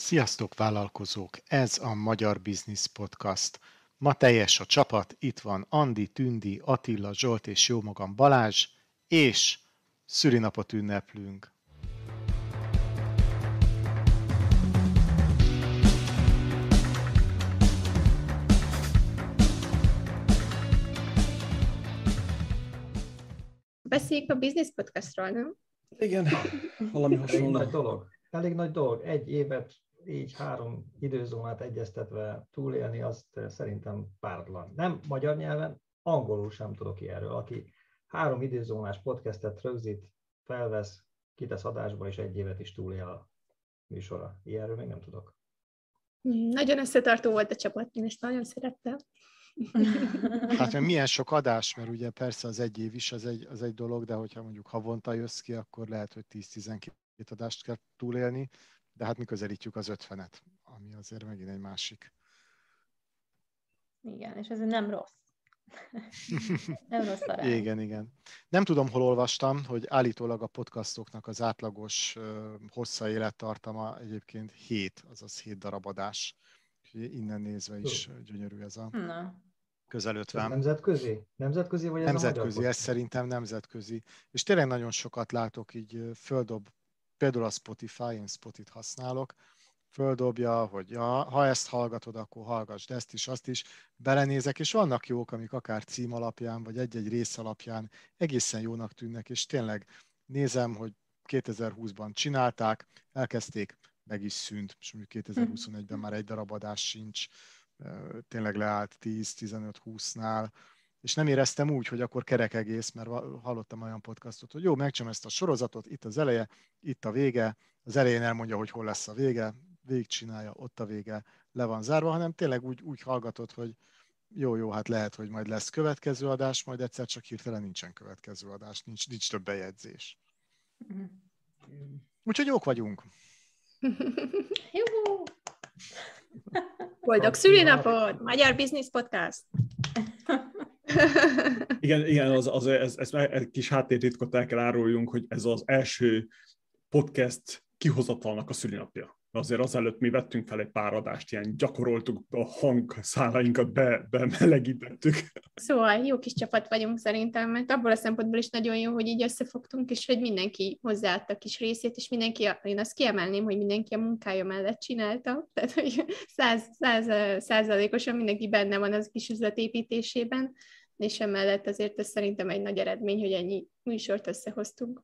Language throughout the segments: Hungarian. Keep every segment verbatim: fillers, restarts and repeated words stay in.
Sziasztok vállalkozók! Ez a Magyar Business Podcast. Ma teljes a csapat, itt van Andi, Tündi, Attila, Zsolt és jómagam Balázs, és szülinapot ünneplünk. Beszéljük a Business Podcastról, nem? Igen, valami Elég hasonló. nagy dolog. Elég nagy dolog. Egy évet, így három időzónát egyeztetve túlélni, azt szerintem páratlan. Nem magyar nyelven, angolul sem tudok ilyenről. Aki három időzónás podcastet rögzít, felvesz, kitesz adásba, és egy évet is túlél a műsora. Ilyenről még nem tudok. Nagyon összetartó volt a csapat, én ezt nagyon szerettem. Hát mert milyen sok adás, mert ugye persze az egy év is az egy, az egy dolog, de hogyha mondjuk havonta jössz ki, akkor lehet, hogy tíz-tizenkét adást kell túlélni, de hát mi közelítjük az ötvenet, ami azért megint egy másik. Igen, és ez nem rossz. Nem rossz arány. Igen, igen. Nem tudom, hol olvastam, hogy állítólag a podcastoknak az átlagos uh, hossza élettartama egyébként hét, azaz hét darab adás. Innen nézve is gyönyörű ez a Na. közel ötven. Nemzetközi? Nemzetközi vagy ez Nemzetközi, a magyar ez szerintem nemzetközi. És tényleg nagyon sokat látok, így földob, például a Spotify, én Spotit használok, földobja, hogy ja, ha ezt hallgatod, akkor hallgass, de ezt is, azt is, belenézek, és vannak jók, amik akár cím alapján, vagy egy-egy rész alapján egészen jónak tűnnek, és tényleg nézem, hogy kétezer-húszban csinálták, elkezdték, meg is szűnt, és mondjuk kétezer-huszonegyben már egy darab adás sincs, tényleg leállt tíz-tizenöt-húsznál, és nem éreztem úgy, hogy akkor kerek egész, mert hallottam olyan podcastot, hogy jó, megcsinálom ezt a sorozatot, itt az eleje, itt a vége, az elején elmondja, hogy hol lesz a vége, végigcsinálja, ott a vége, le van zárva, hanem tényleg úgy, úgy hallgatod, hogy jó, jó, hát lehet, hogy majd lesz következő adás, majd egyszer csak hirtelen nincsen következő adás, nincs, nincs több bejegyzés. Úgyhogy jók vagyunk. Juhu! Boldog szülinapot! Magyar Business Podcast! Igen, igen az, az, ez, ez, egy kis háttértitkot el kell áruljunk, hogy ez az első podcast kihozatalnak a szülinapja. Azért azelőtt mi vettünk fel egy pár adást, ilyen gyakoroltuk, a hangszálainkat be, bemelegítettük. Szóval jó kis csapat vagyunk szerintem, mert abból a szempontból is nagyon jó, hogy így összefogtunk, és hogy mindenki hozzáadta a kis részét, és mindenki, én azt kiemelném, hogy mindenki a munkája mellett csinálta, tehát hogy száz, száz, százalékosan mindenki benne van az kis üzletépítésében, és emellett azért ez szerintem egy nagy eredmény, hogy ennyi műsort összehoztunk.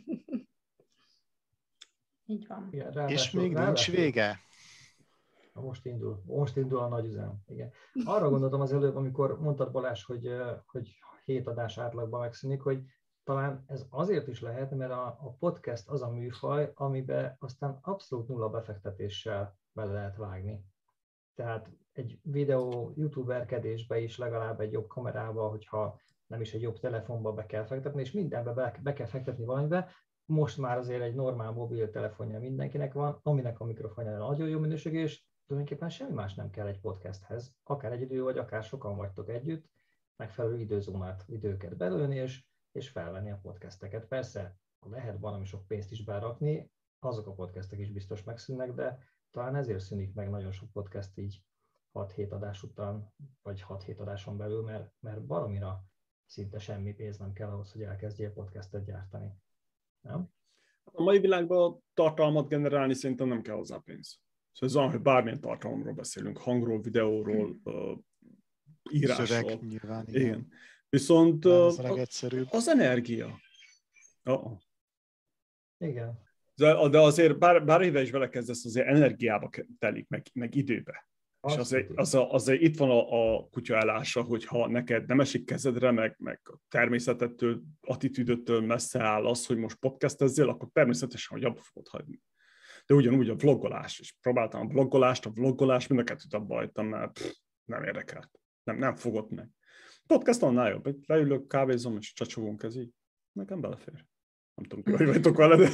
Így van. Igen, ráadásul, és még ráadásul, nincs vége. Most indul, most indul a nagy üzem. Igen. Arra gondoltam az előbb, amikor mondtad, Balázs, hogy, hogy hét adás átlagban megszűnik, hogy talán ez azért is lehet, mert a, a podcast az a műfaj, amiben aztán abszolút nulla befektetéssel bele lehet vágni. Tehát egy videó youtuberkedésbe is legalább egy jobb kamerába, hogyha nem is egy jobb telefonba be kell fektetni, és mindenbe be, be kell fektetni valamibe. Most már azért egy normál mobiltelefonja mindenkinek van, aminek a mikrofonja nagyon jó minőségű, és tulajdonképpen semmi más nem kell egy podcasthez. Akár egyedül, vagy akár sokan vagytok együtt, megfelelő időzónát, időket belőni, és, és felvenni a podcasteket. Persze lehet valami sok pénzt is berakni, azok a podcastek is biztos megszűnnek, de talán ezért szűnik meg nagyon sok podcast így hat-hét adás után, vagy hat-hét adáson belül, mert, mert valamira szinte semmi pénz nem kell ahhoz, hogy elkezdjél podcastet gyártani. Nem? A mai világban tartalmat generálni szerintem nem kell hozzá pénz. Szóval ez olyan, hogy bármilyen tartalomról beszélünk, hangról, videóról, uh, írásról. Szöveg, nyilván, igen. Igen. Viszont Ez uh, az, az energia. Uh-oh. Igen. De, de azért bár, bár éve is belekezdesz, azért energiába telik, meg, meg időbe. És azért, az a, azért itt van a, a kutya állása, hogyha neked nem esik kezedre, meg, meg a természetettől, attitűdöttől messze áll az, hogy most podcastezzél, akkor természetesen, hogy abba fogod hagyni. De ugyanúgy a vloggolás is. Próbáltam a vloggolást, a vloggolás, mind a kettőt abba hagytam, mert pff, nem érdekelt. Nem, nem fogott meg. Podcast annál jobb. Leülök, kávézom, és csacsogunk, ez így. Nekem belefér. Nem tudom, hogy vagytok vele, de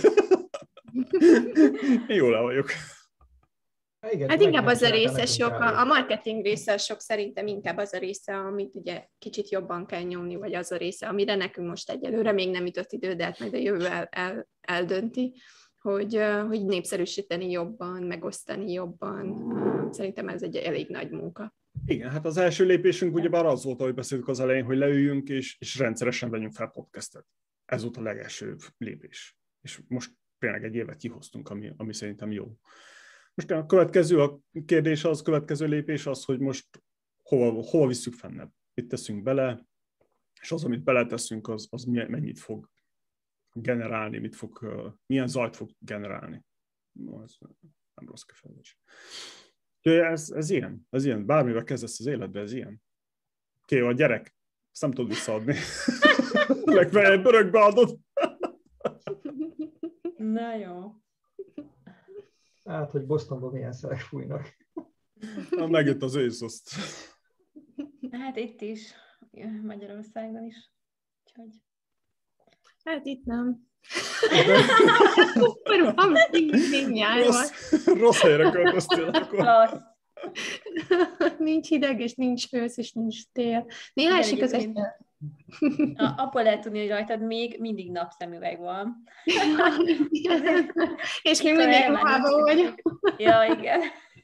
én jól el vagyok. Igen, Hát inkább az a része sok, a, a marketing része sok szerintem inkább az a része, amit ugye kicsit jobban kell nyomni, vagy az a része, amire nekünk most egyelőre még nem jutott idő, de hát majd a jövő el, el, eldönti, hogy, hogy népszerűsíteni jobban, megosztani jobban. Szerintem ez egy elég nagy munka. Igen, hát az első lépésünk ugyebár az volt, ahogy beszéltük az elején, hogy leüljünk, és, és rendszeresen vegyünk fel podcastet. Ez volt a legelső lépés. És most tényleg egy évet kihoztunk, ami, ami szerintem jó. Most a következő a kérdés az, következő lépés az, hogy most hova, hova visszük fennebb. Mit teszünk bele, és az, amit beleteszünk, az, az mennyit fog generálni, mit fog, milyen zajt fog generálni. No, ez nem rossz kifejezés. Ez, ez ilyen, ez ilyen. Bármivel kezdesz az életbe, ez ilyen. Oké, a gyerek, ezt nem tudod visszaadni. Legfeljebb örökbe adod. Na jó. Hát, hogy Bostonban milyen szelek fújnak. Na, megjött az ősz, azt. Hát itt is, Magyarországon is. Úgyhogy... Hát itt nem. rossz, rossz helyre költöztél akkor. Nincs hideg, és nincs ősz, és nincs tél. Néha esik az egy... Abból lehet tudni, hogy rajtad még mindig napszemüveg van. És még mindig ruhában vagy. Ja, igen.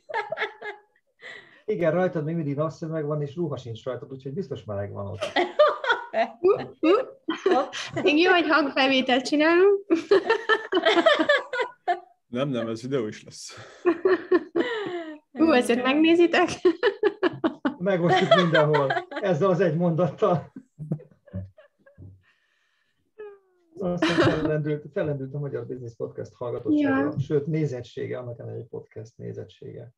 Igen, rajtad még mindig napszemüveg van, és ruha sincs rajtad, úgyhogy biztos meleg van ott. Még jó, hogy hangfelvételt csinálunk. Nem, nem, ez videó is lesz. Hú, ezért megnézitek? Megosztjuk mindenhol, ezzel az egy mondattal. Aztán fellendült, fellendült a Magyar Business Podcast hallgatottsága, ja. Sőt, nézettsége, annak egy podcast nézettsége.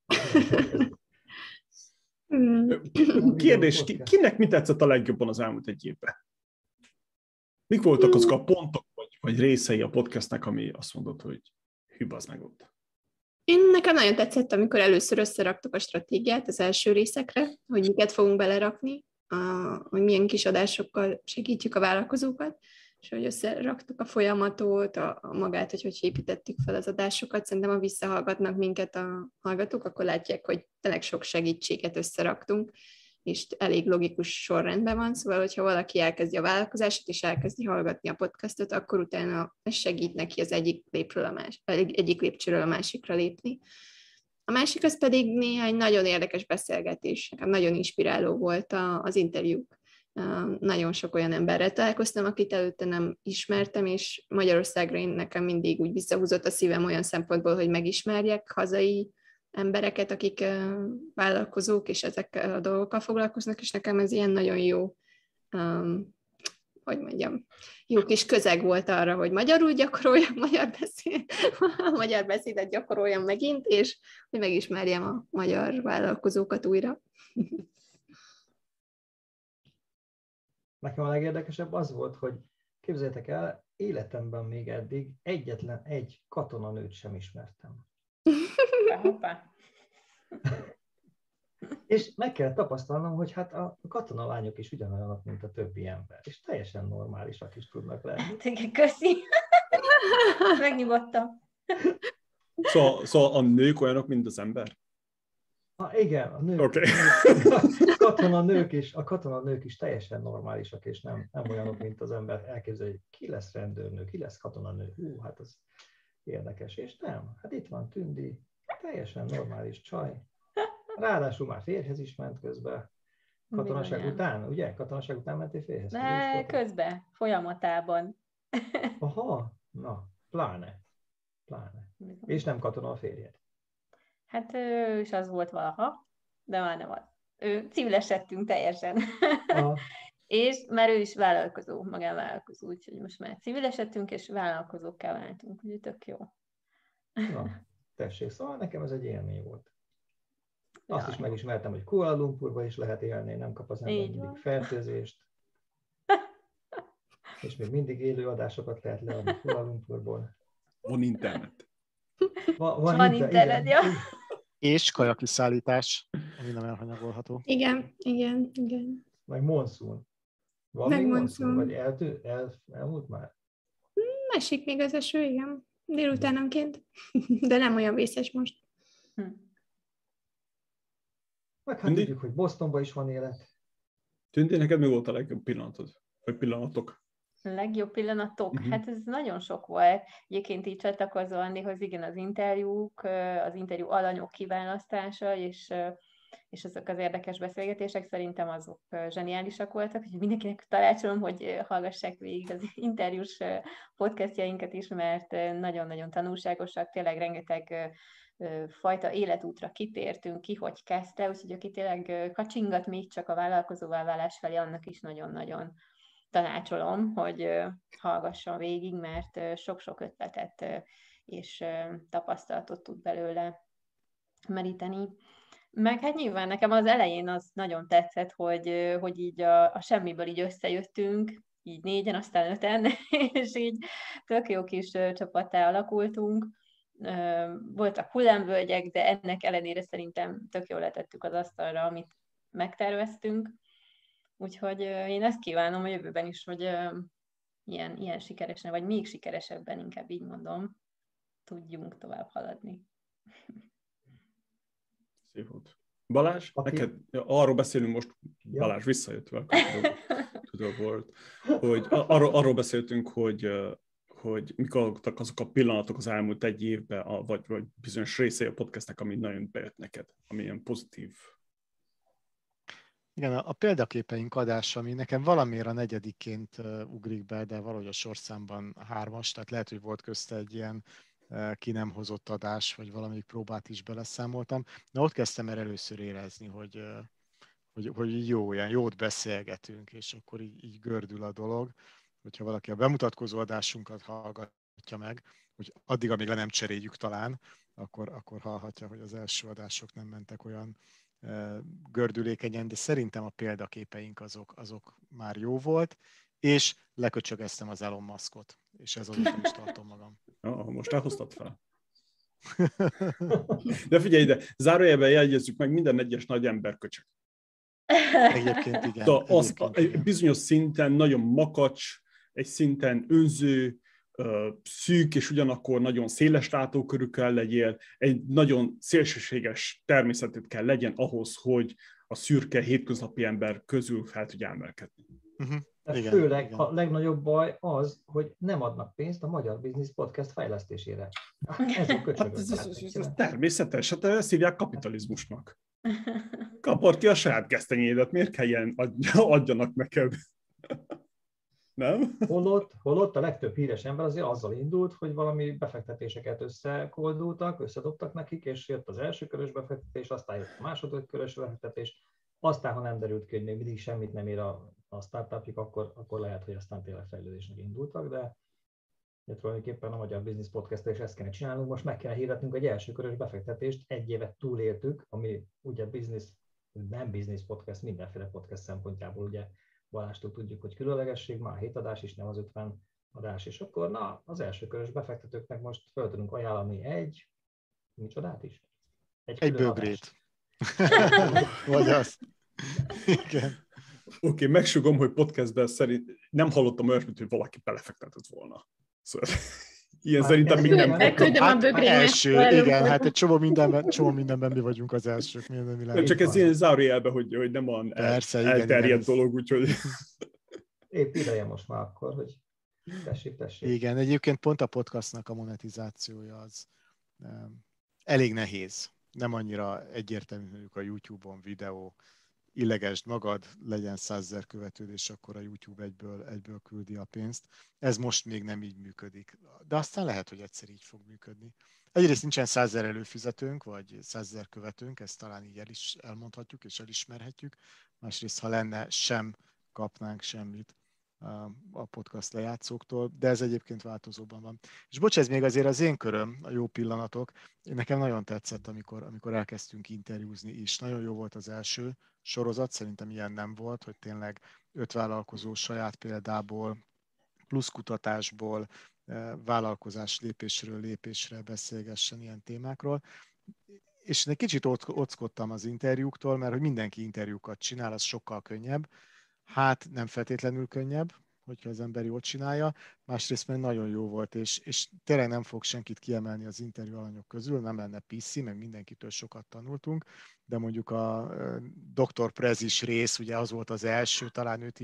Kérdés, kinek mi tetszett a legjobban az elmúlt egy évben? Mik voltak azok a pontok, vagy, vagy részei a podcastnek, ami azt mondod, hogy hű, az meg ott? Én nekem nagyon tetszett, amikor először összeraktuk a stratégiát az első részekre, hogy miket fogunk belerakni, a, hogy milyen kis adásokkal segítjük a vállalkozókat, és hogy összeraktuk a folyamatot, a, a magát, hogy hogy építettük fel az adásokat. Szerintem, ha visszahallgatnak minket a hallgatók, akkor látják, hogy tényleg sok segítséget összeraktunk, és elég logikus sorrendben van, szóval, hogyha valaki elkezdi a vállalkozását, és elkezdi hallgatni a podcastot, akkor utána ez segít neki az egyik lépről a más, egyik lépcsőről a másikra lépni. A másik az pedig néhány nagyon érdekes beszélgetés. Nekem nagyon inspiráló volt az interjúk. Nagyon sok olyan emberrel találkoztam, akit előtte nem ismertem, és Magyarországra én nekem mindig úgy visszahúzott a szívem olyan szempontból, hogy megismerjek hazai embereket, akik vállalkozók, és ezekkel a dolgokkal foglalkoznak, és nekem ez ilyen nagyon jó, um, hogy mondjam, jó kis közeg volt arra, hogy magyarul gyakoroljam, magyar, beszéd, magyar beszédet gyakoroljam megint, és hogy megismerjem a magyar vállalkozókat újra. Nekem a legérdekesebb az volt, hogy képzeljétek el, életemben még eddig egyetlen egy katonanőt sem ismertem. Hoppá. És meg kell tapasztalnom, hogy hát a katonalányok is ugyanolyanok, mint a többi ember, és teljesen normálisak is tudnak lenni. Hát igen, köszi. Megnyugodtam. Szóval, szóval a nők olyanok, mint az ember? Ha, igen, a nők, okay. a katonanők is, a katonanők is teljesen normálisak, és nem, nem olyanok, mint az ember elképzelő, hogy ki lesz rendőrnő, ki lesz katonanő. Hú, hát az érdekes, és nem. Hát itt van Tündi, teljesen normális csaj. Ráadásul már férjhez is ment közben. Katonaság Bizonyan. után, ugye? Katonaság után mentél férjhez? Ne, közben, folyamatában. Aha, na, pláne. Pláne. Bizonyan. És nem katona a férjed. Hát ő is az volt valaha, de már nem az. Ő civilesedtünk teljesen. És mert ő is vállalkozó, magánvállalkozó, úgyhogy most már civilesedtünk, és vállalkozókká váltunk, úgyhogy tök jó. Na, tessék, szóval nekem ez egy élmény volt. Azt ja. is megismertem, hogy Kuala Lumpurba is lehet élni, nem kap az ember mindig van. fertőzést. És még mindig élő adásokat lehet leadni Kuala Lumpurból. Van internet. Va, van van inter- internet, ja. És kajakiszállítás, ami nem elhanyagolható. Igen, igen, igen. Meg monszun. Van Meg még monszun. monszun? Vagy eltű, el, elmúlt már? Esik még az eső, igen. Délutánonként. De nem olyan vészes most. Hm. Meg hát tudjuk, hogy Bostonban is van élet. Tündi, neked mi volt a legjobb pillanatod? Vagy pillanatok? Legjobb pillanatok? Uh-huh. Hát ez nagyon sok volt. Egyébként így csatlakozó Andihoz, igen, az interjúk, az interjú alanyok kiválasztása, és, és azok az érdekes beszélgetések szerintem azok zseniálisak voltak, úgyhogy mindenkinek tanácsolom, hogy hallgassák végig az interjús podcastjainkat is, mert nagyon-nagyon tanulságosak, tényleg rengeteg fajta életútra kitértünk, ki hogy kezdte, úgyhogy aki tényleg kacsingat még csak a vállalkozóvá válás felé, annak is nagyon-nagyon tanácsolom, hogy hallgasson végig, mert sok-sok ötletet és tapasztalatot tud belőle meríteni. Meg hát nyilván nekem az elején az nagyon tetszett, hogy, hogy így a, a semmiből így összejöttünk, így négyen, aztán öten, és így tök jó kis csapattá alakultunk. Voltak hullámvölgyek, de ennek ellenére szerintem tök jól letettük az asztalra, amit megterveztünk. Úgyhogy én ezt kívánom a jövőben is, hogy ilyen, ilyen sikeresen, vagy még sikeresebben, inkább így mondom, tudjunk tovább haladni. Szép volt. Balázs, Aki... neked arról beszélünk most, ja. Balázs visszajöttve, tudom volt, hogy arról, arról beszéltünk, hogy, hogy mikor voltak azok a pillanatok az elmúlt egy évben, vagy, vagy bizonyos részei a podcastnek, ami nagyon bejött neked, ami ilyen pozitív. Igen, a példaképeink adása, ami nekem valamiért a negyedikként ugrik be, de valahogy a sorszámban hármas, tehát lehet, hogy volt közte egy ilyen ki nem hozott adás, vagy valamelyik próbát is beleszámoltam. Na ott kezdtem el először érezni, hogy, hogy, hogy jó, ilyen jót beszélgetünk, és akkor így, így gördül a dolog, hogyha valaki a bemutatkozó adásunkat hallgatja meg, hogy addig, amíg le nem cseréljük talán, akkor, akkor hallhatja, hogy az első adások nem mentek olyan gördülékenyen, de szerintem a példaképeink azok, azok már jó volt, és leköcsögeztem az Elon Muskot, és ez azóta is tartom magam. Ah, most elhoztad fel. De figyelj ide, zárójelben jegyezzük meg, minden egyes nagy ember köcsög. Egyébként igen. De az egyébként egy igen. bizonyos szinten nagyon makacs, egy szinten önző, szűk, és ugyanakkor nagyon széles látókörű kell legyél, egy nagyon szélsőséges természetét kell legyen ahhoz, hogy a szürke hétköznapi ember közül fel tudja emelkedni. Uh-huh. De Igen, főleg igen. a legnagyobb baj az, hogy nem adnak pénzt a Magyar Business Podcast fejlesztésére. Ez a köcsögök. Hát ez, ez, ez, ez természetes, hát ezt hívják kapitalizmusnak. Kapod ki a saját gesztenyédet, miért kell ilyen adjanak neked? Nem? Holott, holott a legtöbb híres ember azért azzal indult, hogy valami befektetéseket összekoldultak, összedobtak nekik, és jött az első körös befektetés, aztán jött a második körös befektetés, aztán, ha nem derült ki, hogy még mindig semmit nem ér a, a startupjuk, akkor, akkor lehet, hogy aztán tényleg fejlődésnek indultak, de, de tulajdonképpen a Magyar Business Podcast-tel is ezt kéne csinálnunk, most meg kell hirdetnünk egy első körös befektetést, egy évet túléltük, ami ugye business, nem business podcast, mindenféle podcast szempontjából ugye Balástól tudjuk, hogy különlegesség, már hét adás is, nem az ötven adás, és akkor na, az első körös befektetőknek most fel tudunk ajánlani egy, micsodát is? Egy, egy bögrét. Vagy azt. Igen. Oké, okay, megsugom, hogy podcastben szerint nem hallottam olyasmit, hogy valaki belefektetett volna. Szóval ilyen hát szerintem még nem. Elküldöm a bögrényet. Első, igen, hát egy csomó mindenben, csomó mindenben mi vagyunk az elsők. Minden, mi nem, csak ez ilyen zárójelben, hogy, hogy nem olyan Persze, el, igen, elterjedt igen, dolog, úgyhogy... Épp ideje most már akkor, hogy tessék, tessék. Igen, egyébként pont a podcastnak a monetizációja az um, elég nehéz. Nem annyira egyértelmű, mondjuk a YouTube-on videó, illegesd magad, legyen százezer követőd, és akkor a YouTube egyből, egyből küldi a pénzt. Ez most még nem így működik. De aztán lehet, hogy egyszer így fog működni. Egyrészt nincsen százezer előfizetőnk, vagy százezer követőnk, ezt talán így el is elmondhatjuk, és elismerhetjük. Másrészt, ha lenne, sem kapnánk semmit a podcast lejátszóktól, de ez egyébként változóban van. És bocs, ez még azért az én köröm, a jó pillanatok. Nekem nagyon tetszett, amikor, amikor elkezdtünk interjúzni is. Nagyon jó volt az első sorozat, szerintem ilyen nem volt, hogy tényleg öt vállalkozó saját példából, plusz kutatásból, vállalkozás lépésről lépésre beszélgessen ilyen témákról. És én egy kicsit ockodtam az interjúktól, mert hogy mindenki interjúkat csinál, az sokkal könnyebb. Hát nem feltétlenül könnyebb, hogyha az ember jól csinálja, másrészt meg nagyon jó volt, és, és tényleg nem fog senkit kiemelni az interjú alanyok közül, nem lenne piszi, meg mindenkitől sokat tanultunk, de mondjuk a doktor Prezis rész, ugye az volt az első, talán őt így,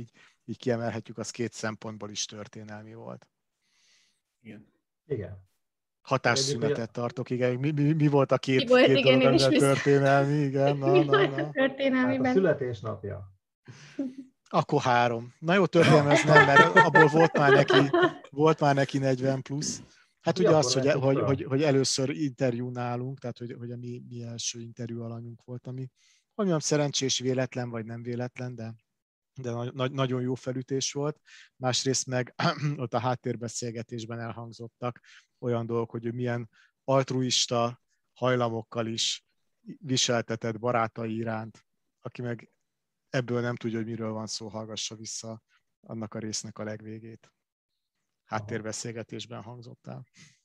így kiemelhetjük, az két szempontból is történelmi volt. Igen. Igen. Hatásszünetet tartok, igen. Mi, mi, mi volt a két, Mi volt, két igen, dolog, én is amivel visz- történelmi? Igen, na, Mi na, volt na. a történelmiben? Hát a születésnapja. Akkor három. Na jó, történelem ez nem, mert abból volt már neki, volt már neki negyven plusz. Hát Mi ugye akkor az, hogy, mentünk hogy, fel? hogy, hogy először interjú nálunk, tehát hogy, hogy a mi, mi első interjú alanyunk volt, ami olyan szerencsés, véletlen vagy nem véletlen, de, de nagy, nagyon jó felütés volt. Másrészt meg ott a háttérbeszélgetésben elhangzottak olyan dolgok, hogy ő milyen altruista hajlamokkal is viseltetett barátai iránt, aki meg ebből nem tudja, hogy miről van szó, hallgassa vissza annak a résznek a legvégét. Háttérbeszélgetésben hangzott el.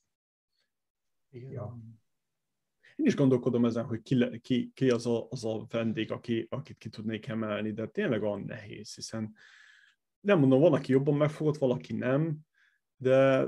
Ja. Én is gondolkodom ezen, hogy ki, le, ki, ki az, a, az a vendég, aki, akit ki tudnék emelni, de tényleg olyan nehéz, hiszen nem mondom, van, aki jobban megfogott, valaki nem, de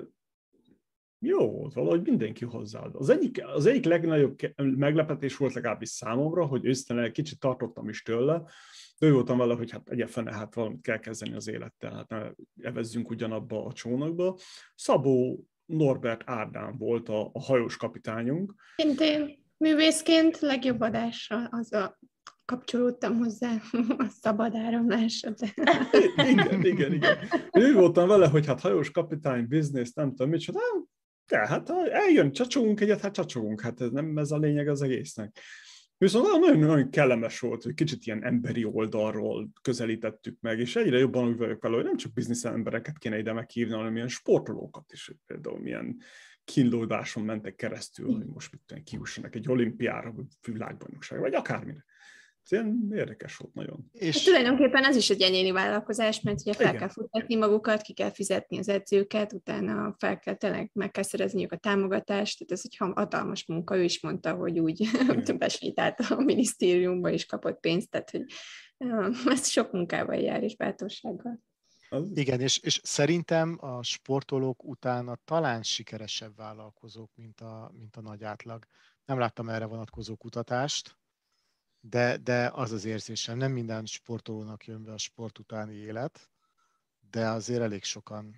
jó, valahogy mindenki hozzáad. Az egyik, az egyik legnagyobb meglepetés volt legalábbis számomra, hogy őszintén kicsit tartottam is tőle, de ő voltam vele, hogy hát egyefene, hát valamit kell kezdeni az élettel, hát ne evezzünk ugyanabba a csónakba. Szabó Norbert Árdán volt a, a hajós kapitányunk. Én művészként legjobb adásra az a kapcsolódtam hozzá a szabad áramlásra. De... Igen, igen, igen. Ő voltam vele, hogy hát hajós kapitány, biznisz, nem tudom mit, hát, de, hát eljön, csacsogunk egyet, hát csacsogunk, hát ez nem ez a lényeg az egésznek. Viszont nagyon, nagyon kellemes volt, hogy kicsit ilyen emberi oldalról közelítettük meg, és egyre jobban úgy vagyok vele, hogy nem csak biznisz embereket kéne ide meghívni, hanem ilyen sportolókat is, hogy például milyen kínlódáson mentek keresztül, hogy most mit tudom, kiussanak egy olimpiára, vagy világbajnokságra, vagy akármire. Ez ilyen érdekes volt nagyon. És hát tulajdonképpen az is egy egyéni vállalkozás, mert ugye fel igen. kell futtatni magukat, ki kell fizetni az edzőket, utána fel kell tényleg meg kell szerezniük a támogatást, tehát ez egy hatalmas munka, ő is mondta, hogy úgy besétált a minisztériumba és kapott pénzt, tehát hogy ez sok munkával jár és bátorsággal. Az... Igen, és, és szerintem a sportolók utána talán sikeresebb vállalkozók, mint a, mint a nagy átlag. Nem láttam erre vonatkozó kutatást, De, de az az érzésem, nem minden sportolónak jön be a sport utáni élet, de azért elég sokan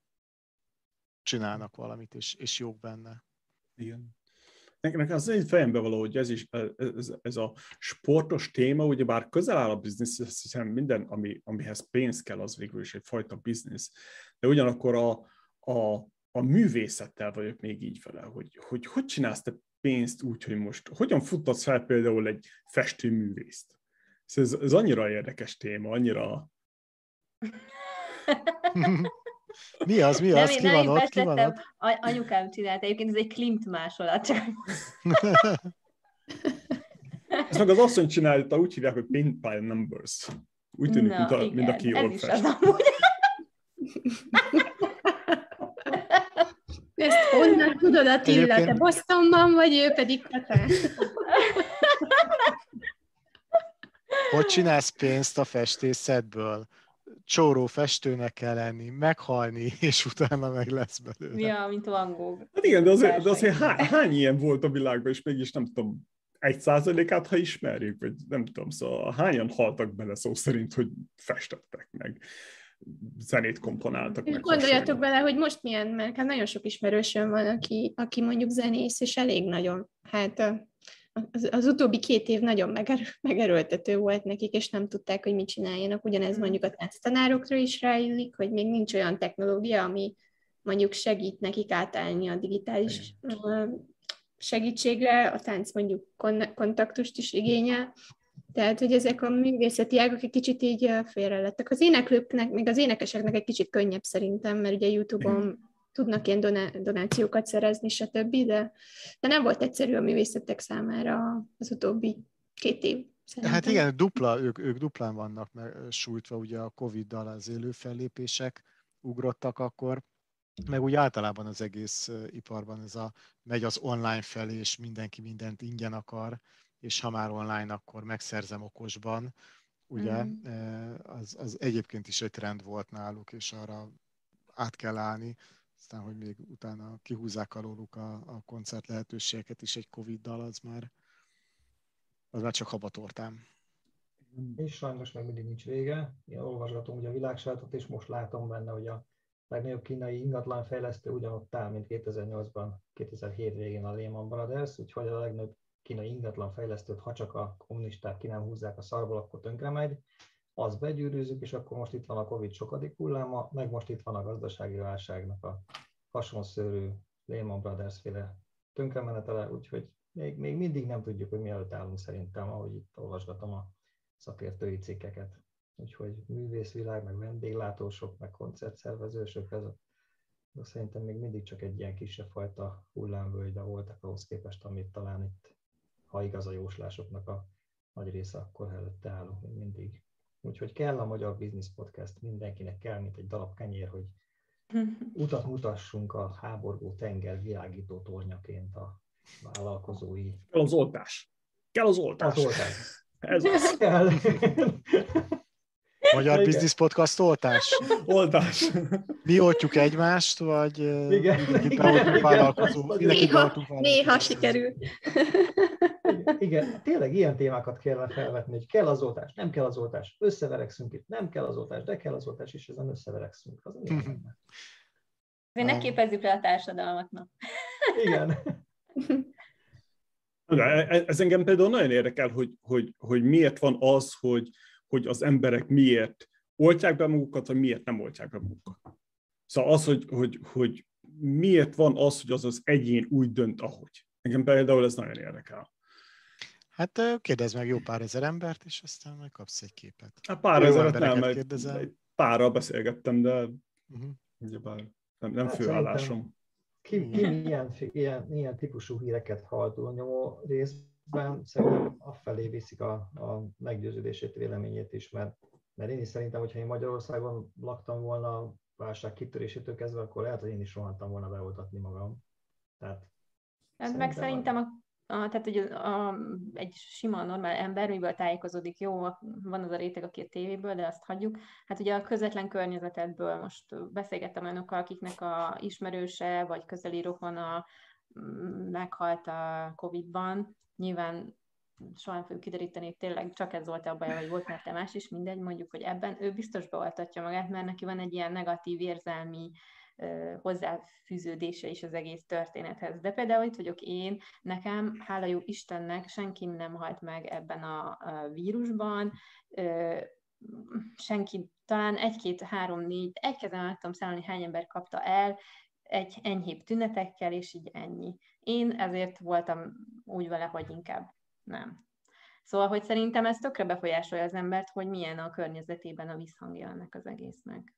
csinálnak valamit, és, és jók benne. Igen. Nekem az egy fejembe való, hogy ez, is, ez, ez a sportos téma, ugyebár közel áll a biznisz, hiszen minden, ami, amihez pénz kell, az végül is egyfajta biznisz. De ugyanakkor a, a, a művészettel vagyok még így vele, hogy hogy, hogy csinálsz te pénzt úgy, hogy most hogyan futtatsz fel például egy festőművészt. Ez, ez annyira érdekes téma, annyira... Mi az, mi az? Ki van ott? Ki van ott? Anyukám csinált, egyébként ez egy Klimt másolat. Csak... Ezt meg az asszony csinálta, úgy hívják, hogy Paint by Numbers. Úgy tűnik, Na, mint, a, igen, mint aki jól fest. Ezt honnan tudod, Attila? Egyébként... Te Bostonban vagy, ő pedig Katán? Hogy csinálsz pénzt a festészetből? Csóró festőnek kell lenni, meghalni, és utána meg lesz belőle. Ja, mint Van Gogh. Hát igen, de azért, de azért hány, hány ilyen volt a világban, és mégis nem tudom, egy százalékát, ha ismerjük, vagy nem tudom, szóval hányan haltak bele szó szerint, hogy festettek meg, zenét komponáltak. És meg gondoljatok hasonló. bele, hogy most milyen, mert hát nagyon sok ismerősöm van, aki, aki mondjuk zenész, és elég nagyon, hát az, az utóbbi két év nagyon megerő, megerőltető volt nekik, és nem tudták, hogy mit csináljanak. Ugyanez mondjuk a tánctanárokra is ráillik, hogy még nincs olyan technológia, ami mondjuk segít nekik átállni a digitális Igen. segítségre, a tánc mondjuk kon- kontaktust is igényel. Tehát, hogy ezek a művészeti ágak egy kicsit így félre lettek. Az éneklőknek, még az énekeseknek egy kicsit könnyebb szerintem, mert ugye YouTube-on Igen. tudnak ilyen doná- donációkat szerezni, stb., de, de nem volt egyszerű a művészetek számára az utóbbi két év. Szerintem. Hát igen, dupla, ők, ők duplán vannak sújtva, ugye a Covid-dal az élő fellépések ugrottak akkor, meg úgy általában az egész iparban ez a megy az online felé, és mindenki mindent ingyen akar, és ha már online, akkor megszerzem okosban, ugye, mm. az, az egyébként is egy trend volt náluk, és arra át kell állni, aztán, hogy még utána kihúzzák alóluk a, a koncert lehetőségeket is egy Covid-dal, az már, az már csak habatortám. És sajnos meg mindig nincs vége. Én olvasgatom ugye a világsajtot, és most látom benne, hogy a legnagyobb kínai ingatlanfejlesztő ugyanott áll, mint kétezer-nyolcban, kétezer-hét végén a Lehman Brothers, úgyhogy a legnagyobb kínai ingatlanfejlesztőt, ha csak a kommunisták ki nem húzzák a szarból, akkor tönkre megy. Azt begyűrűzzük, és akkor most itt van a Covid sokadik hulláma, meg most itt van a gazdasági válságnak a hasonszőrű Lehman Brothers féle tönkremenetele, úgyhogy még, még mindig nem tudjuk, hogy mi előtt állunk szerintem, ahogy itt olvasgatom a szakértői cikkeket. Úgyhogy művészvilág, meg vendéglátósok, meg koncertszervezősök, ez, ez szerintem még mindig csak egy ilyen kisebb fajta hullámvölgybe voltak ahhoz képest, amit talán itt, ha igaz a jóslásoknak a nagy része, akkor előtte állunk még mindig. Úgyhogy kell a Magyar Business Podcast, mindenkinek kell, mint egy darab kenyér, hogy utat mutassunk a háborgó tenger világító tornyaként a vállalkozói. Kell az oltás. Kell az oltás. Az oltás. Ez az. Kell. Magyar Business Podcast oltás. Oltás. Mi oltjuk egymást, vagy Igen. mindenki beoltunk vállalkozó? Mindenki Néha, beoltunk vállalkozó. néha sikerül. Igen, igen, tényleg ilyen témákat kellene felvetni, hogy kell az oltás, nem kell az oltás, összeverekszünk itt, nem kell az oltás, de kell az oltás, és ezen összeverekszünk. Az milyen lenne? Ne képezzük le a társadalmat, na. Igen. De ez engem például nagyon érdekel, hogy, hogy, hogy miért van az, hogy, hogy az emberek miért oltják be magukat, vagy miért nem oltják be magukat. Szóval az, hogy, hogy, hogy miért van az, hogy az az egyén úgy dönt, ahogy. Engem például ez nagyon érdekel. Hát kérdezz meg jó pár ezer embert, és aztán majd kapsz egy képet. Hát pár Jó ezeret nem, embereket mert kérdezel. párral beszélgettem, de Uh-huh. ugyebár nem, nem Hát főállásom. Ki, ki milyen, ilyen, milyen típusú híreket hall túlnyomó részben, szerintem afelé viszik a, a meggyőződését, véleményét is, mert, mert én is szerintem, hogyha én Magyarországon laktam volna a válság kitörésétől kezdve, akkor lehet, hogy én is rohantam volna beoltatni magam. Tehát Ez meg szerintem a, a, tehát, hogy a, a, egy sima, normál ember, miből tájékozódik, jó, van az a réteg, aki a tévéből, de azt hagyjuk. Hát ugye a közvetlen környezetedből most beszélgettem olyanokkal, akiknek a ismerőse, vagy közeli rokona meghalt a Covid-ban. Nyilván soha nem fogjuk kideríteni, tényleg csak ez volt a baj, vagy volt már te más is, mindegy, mondjuk, hogy ebben ő biztos beoltatja magát, mert neki van egy ilyen negatív érzelmi hozzáfűződése is az egész történethez. De például itt vagyok én, nekem, hála jó Istennek, senki nem halt meg ebben a, a vírusban, senki, talán egy-két, három, négy, egy kezen meg tudom számolni, hány ember kapta el, egy enyhébb tünetekkel, és így ennyi. Én ezért voltam úgy vele, hogy inkább nem. Szóval, hogy szerintem ez tökre befolyásolja az embert, hogy milyen a környezetében a visszhangja ennek az egésznek.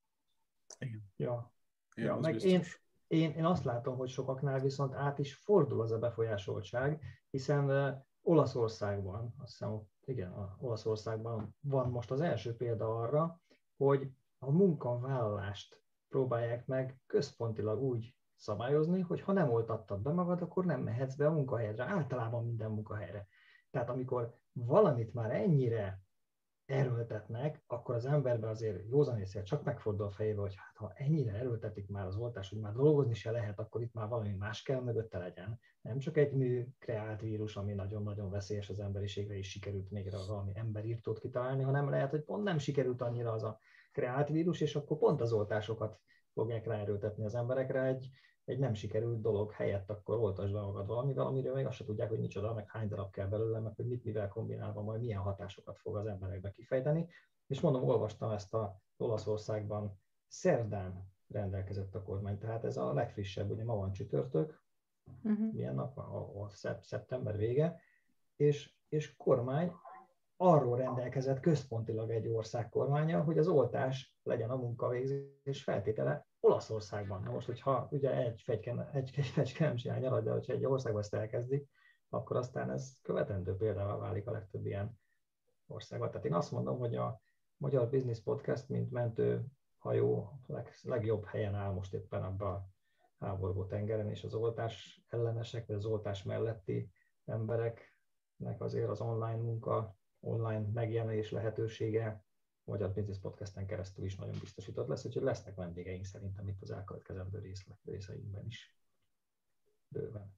Igen. Ja. Ja, ja, meg én, én, én azt látom, hogy sokaknál viszont át is fordul az a befolyásoltság, hiszen uh, Olaszországban, azt hiszem, igen, a Olaszországban van most az első példa arra, hogy a munkavállalást próbálják meg központilag úgy szabályozni, hogy ha nem oltattad be magad, akkor nem mehetsz be a munkahelyedre, általában minden munkahelyre. Tehát amikor valamit már ennyire erőltetnek, akkor az emberben azért józanészre csak megfordul a fejébe, hogy hát ha ennyire erőltetik már az oltást, hogy már dolgozni se lehet, akkor itt már valami más kell mögötte legyen. Nem csak egy mű kreált vírus, ami nagyon-nagyon veszélyes az emberiségre, és sikerült még valami emberírtót kitalálni, hanem lehet, hogy pont nem sikerült annyira az a kreált vírus, és akkor pont az oltásokat fogják ráerőltetni az emberekre egy, egy nem sikerült dolog helyett, akkor oltasd be magad valamivel, amiről még azt se tudják, hogy micsoda, meg hány darab kell belőle, meg hogy mit mivel kombinálva majd milyen hatásokat fog az emberekbe kifejteni. És mondom, olvastam ezt a Olaszországban szerdán rendelkezett a kormány, tehát ez a legfrissebb, ugye ma van csütörtök, uh-huh. milyen nap van, a, a szeptember vége, és, és kormány arról rendelkezett központilag egy ország kormánya, hogy az oltás legyen a munkavégzés feltétele Olaszországban. Na most, hogyha ugye egy fegyke, egy, egy fegyke nem csinál nyarat, de hogyha egy országban ezt elkezdik, akkor aztán ez követendő példával válik a legtöbb ilyen országban. Tehát én azt mondom, hogy a Magyar Business Podcast, mint mentőhajó leg, legjobb helyen áll most éppen abban a háborgó tengeren, és az oltás ellenesek, vagy az oltás melletti embereknek azért az online munka, online megjelenés lehetősége Magyar Business Podcasten keresztül is nagyon biztosított lesz, úgyhogy lesznek vendégeink szerintem itt az elkövetkezendő részeinkben is. Bőven.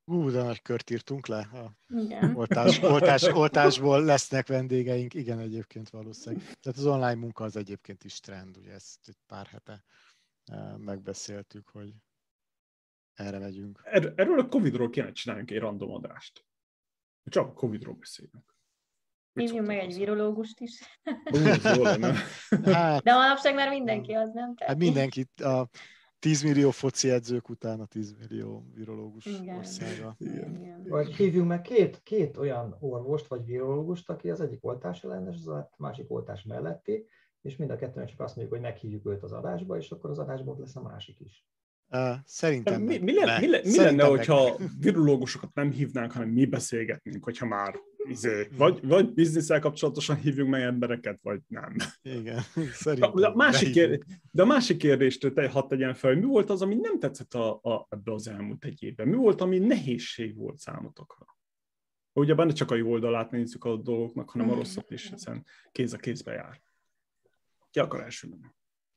Ú, de nagy kört írtunk le. A Igen. oltás, oltás, oltásból lesznek vendégeink. Igen, egyébként valószínűleg. Tehát az online munka az egyébként is trend, ugye ezt egy pár hete megbeszéltük, hogy erre megyünk. Er, erről a Covidról kéne csináljunk egy random adást. Csak a Covidról beszélünk. Hívjunk meg egy virológust is. Ú, ez jó lenne. Hát, de manapság már mindenki az, nem? Hát mindenki, a tíz millió foci edzők után a tíz millió virológus Igen. országa. Igen. Vagy hívjunk meg két, két olyan orvost vagy virológust, aki az egyik oltás ellenes, az a másik oltás melletti, és mind a kettőnek csak azt mondjuk, hogy meghívjuk őt az adásba, és akkor az adásban lesz a másik is. Uh, szerintem mi, meg, mi, lenne, mi, le, mi lenne, hogyha virológusokat nem hívnánk, hanem mi beszélgetnénk, hogyha már izé, vagy, vagy bizniszel kapcsolatosan hívjunk meg embereket, vagy nem. Igen, szerintem. De a másik, kérdés, de a másik kérdést te, hadd tegyen fel, hogy mi volt az, ami nem tetszett a, a, ebbe az elmúlt egy évben? Mi volt, ami nehézség volt számotokra? Ugye benne csak a jó oldalát nézzük a dolgoknak, hanem a rosszat is, hiszen kéz a kézbe jár. Ki akar első menni?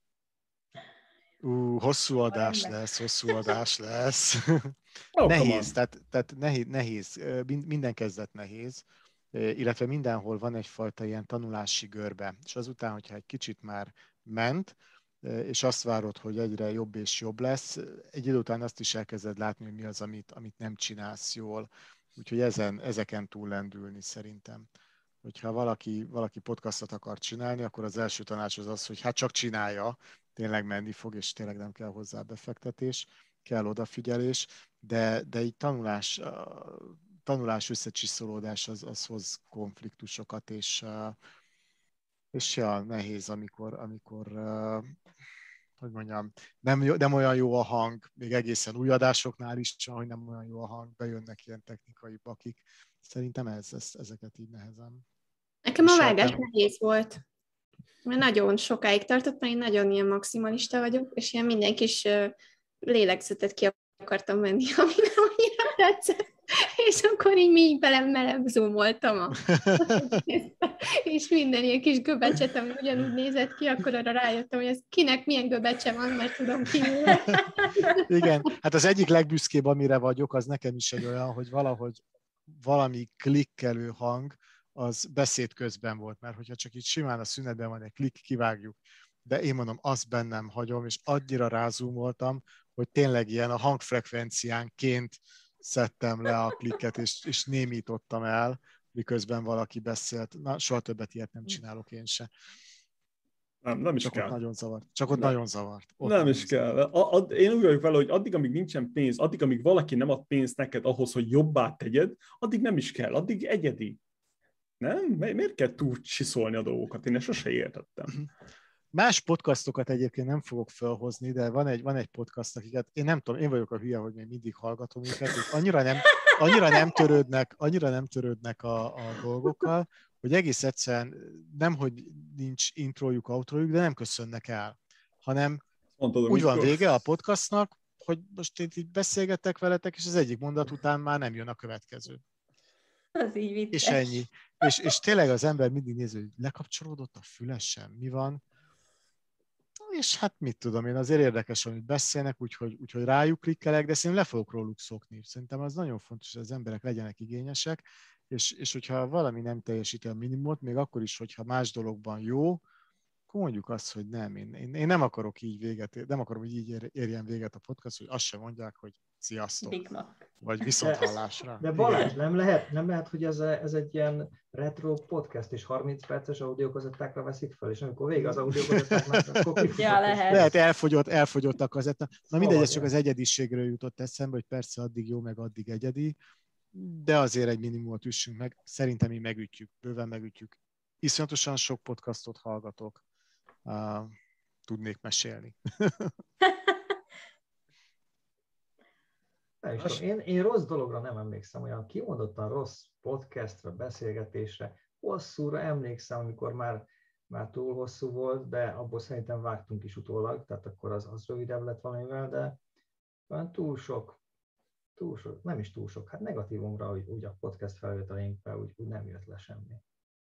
Ú, hosszú adás lesz, hosszú adás lesz. Oh, nehéz, tehát, tehát nehéz, nehéz, minden kezdet nehéz, illetve mindenhol van egyfajta ilyen tanulási görbe, és azután, hogyha egy kicsit már ment, és azt várod, hogy egyre jobb és jobb lesz, egy idő után azt is elkezded látni, hogy mi az, amit, amit nem csinálsz jól. Úgyhogy ezen, ezeken túl lendülni szerintem. Hogyha valaki, valaki podcastot akar csinálni, akkor az első tanács az az, hogy hát csak csinálja, tényleg menni fog, és tényleg nem kell hozzá befektetés, kell odafigyelés, de, de így tanulás, tanulás összecsiszolódás az, az hoz konfliktusokat, és, és ja, nehéz, amikor, amikor hogy mondjam, nem, nem olyan jó a hang, még egészen új adásoknál is, hogy nem olyan jó a hang, bejönnek ilyen technikai bakik. Szerintem ez, ez, ezeket így nehezen. Nekem a vágás nehéz volt. Mert nagyon sokáig tartott, mert én nagyon ilyen maximalista vagyok, és ilyen minden kis lélegzetet ki akartam venni, ami nem annyira tetszett. És akkor így még belem melegzoomoltam a és minden ilyen kis göbecset, ami ugyanúgy nézett ki, akkor arra rájöttem, hogy ez kinek milyen göbecse van, mert tudom kiül. Igen, hát az egyik legbüszkébb, amire vagyok, az nekem is egy olyan, hogy valahogy valami klikkelő hang, az beszéd közben volt, mert hogyha csak így simán a szünetben van egy klik, kivágjuk. De én mondom, azt bennem hagyom, és annyira rázumoltam, hogy tényleg ilyen a hangfrekvenciánként szedtem le a klikket, és, és némítottam el, miközben valaki beszélt. Na, soha többet ilyet nem csinálok én se. Nem, nem is Csak kell. ott nagyon zavart. Csak ott nem. nagyon zavart. Ott nem nagyon is zavart. kell. A, a, én úgy vagyok vele, hogy addig, amíg nincsen pénz, addig, amíg valaki nem ad pénzt neked ahhoz, hogy jobbá tegyed, addig nem is kell, addig egyedi. Nem? Miért kell túl csiszolni a dolgokat? Én ezt sose értettem. Más podcastokat egyébként nem fogok felhozni, de van egy, van egy podcast, akiket én nem tudom, én vagyok a hülye, hogy még mindig hallgatom őket, hogy annyira nem, annyira nem törődnek, annyira nem törődnek a, a dolgokkal, hogy egész egyszerűen nem, hogy nincs introjuk, outrojuk, de nem köszönnek el, hanem Mondtad, úgy van vége a podcastnak, hogy most én így beszélgetek veletek, és az egyik mondat után már nem jön a következő. Az így vicces. És ennyi. És, és tényleg az ember mindig nézi, hogy lekapcsolódott a fülesen, mi van, és hát mit tudom én, azért érdekes, amit beszélnek, úgyhogy, úgyhogy rájuk klikkelek, de szerintem le fogok róluk szokni. Szerintem az nagyon fontos, hogy az emberek legyenek igényesek, és, és hogyha valami nem teljesíti a minimumot, még akkor is, hogyha más dologban jó, akkor mondjuk azt, hogy nem, én, én, én nem akarok így véget, nem akarom, hogy így ér, érjen véget a podcast, hogy azt sem mondják, hogy sziasztok, vagy viszonthallásra. De, de Balázs, nem lehet, nem lehet, hogy ez, ez egy ilyen retro podcast, és harminc perces audiokazettákra veszik fel, és amikor vége az audiokazettáknak, akkor kifutott. Ja, lehet. Lehet, elfogyott, elfogyott a kazetta. Na mindegy, ez csak az egyediségről jutott eszembe, hogy persze addig jó, meg addig egyedi, de azért egy minimumot üssünk meg. Szerintem mi megütjük, bőven megütjük. Iszonyatosan sok podcastot hallgatok. Uh, tudnék mesélni. Nem is tudom. Én, én rossz dologra nem emlékszem, olyan kimondottan rossz podcastra, beszélgetésre. Hosszúra emlékszem, amikor már, már túl hosszú volt, de abból szerintem vágtunk is utólag, tehát akkor az, az rövidebb lett valamivel, de olyan túl sok, túl sok, nem is túl sok, hát negatívumra, úgy, úgy a podcast felvételeinkben úgy, úgy nem jött le semmi.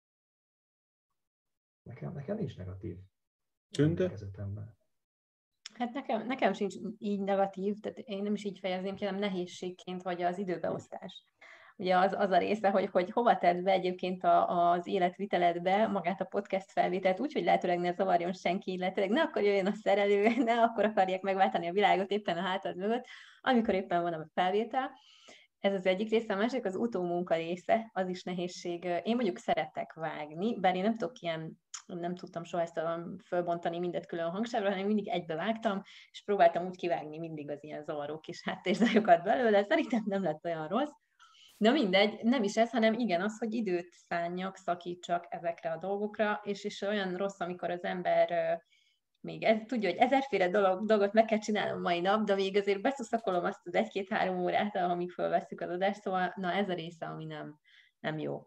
Nekem, nekem nincs negatív. Tünde? Hát nekem, nekem sincs így negatív, tehát én nem is így fejezném ki, hanem nehézségként, vagy az időbeosztás. Ugye az, az a része, hogy, hogy hova tedd be egyébként a, az életviteledbe magát a podcast felvételt, úgy, hogy lehetőleg ne zavarjon senki, lehetőleg ne akkor jöjjön a szerelő, ne akkor akarják megváltani a világot éppen a hátad mögött, amikor éppen van a felvétel. Ez az egyik része, a másik az utómunka része, az is nehézség. Én mondjuk szeretek vágni, bár én nem tudok ilyen, nem tudtam soha ezt fölbontani mindet külön hangsávra, hanem mindig egybe vágtam, és próbáltam úgy kivágni mindig az ilyen zavaró kis háttérzajokat belőle, szerintem nem lett olyan rossz. Na mindegy, nem is ez, hanem igen az, hogy időt szánjak, szakítsak ezekre a dolgokra, és, és olyan rossz, amikor az ember még ez, tudja, hogy ezerféle dolog, dolgot meg kell csinálnom mai nap, de még azért beszuszakolom azt az egy-két-három órát, amíg fölvesszük az adást, szóval na ez a része, ami nem, nem jó.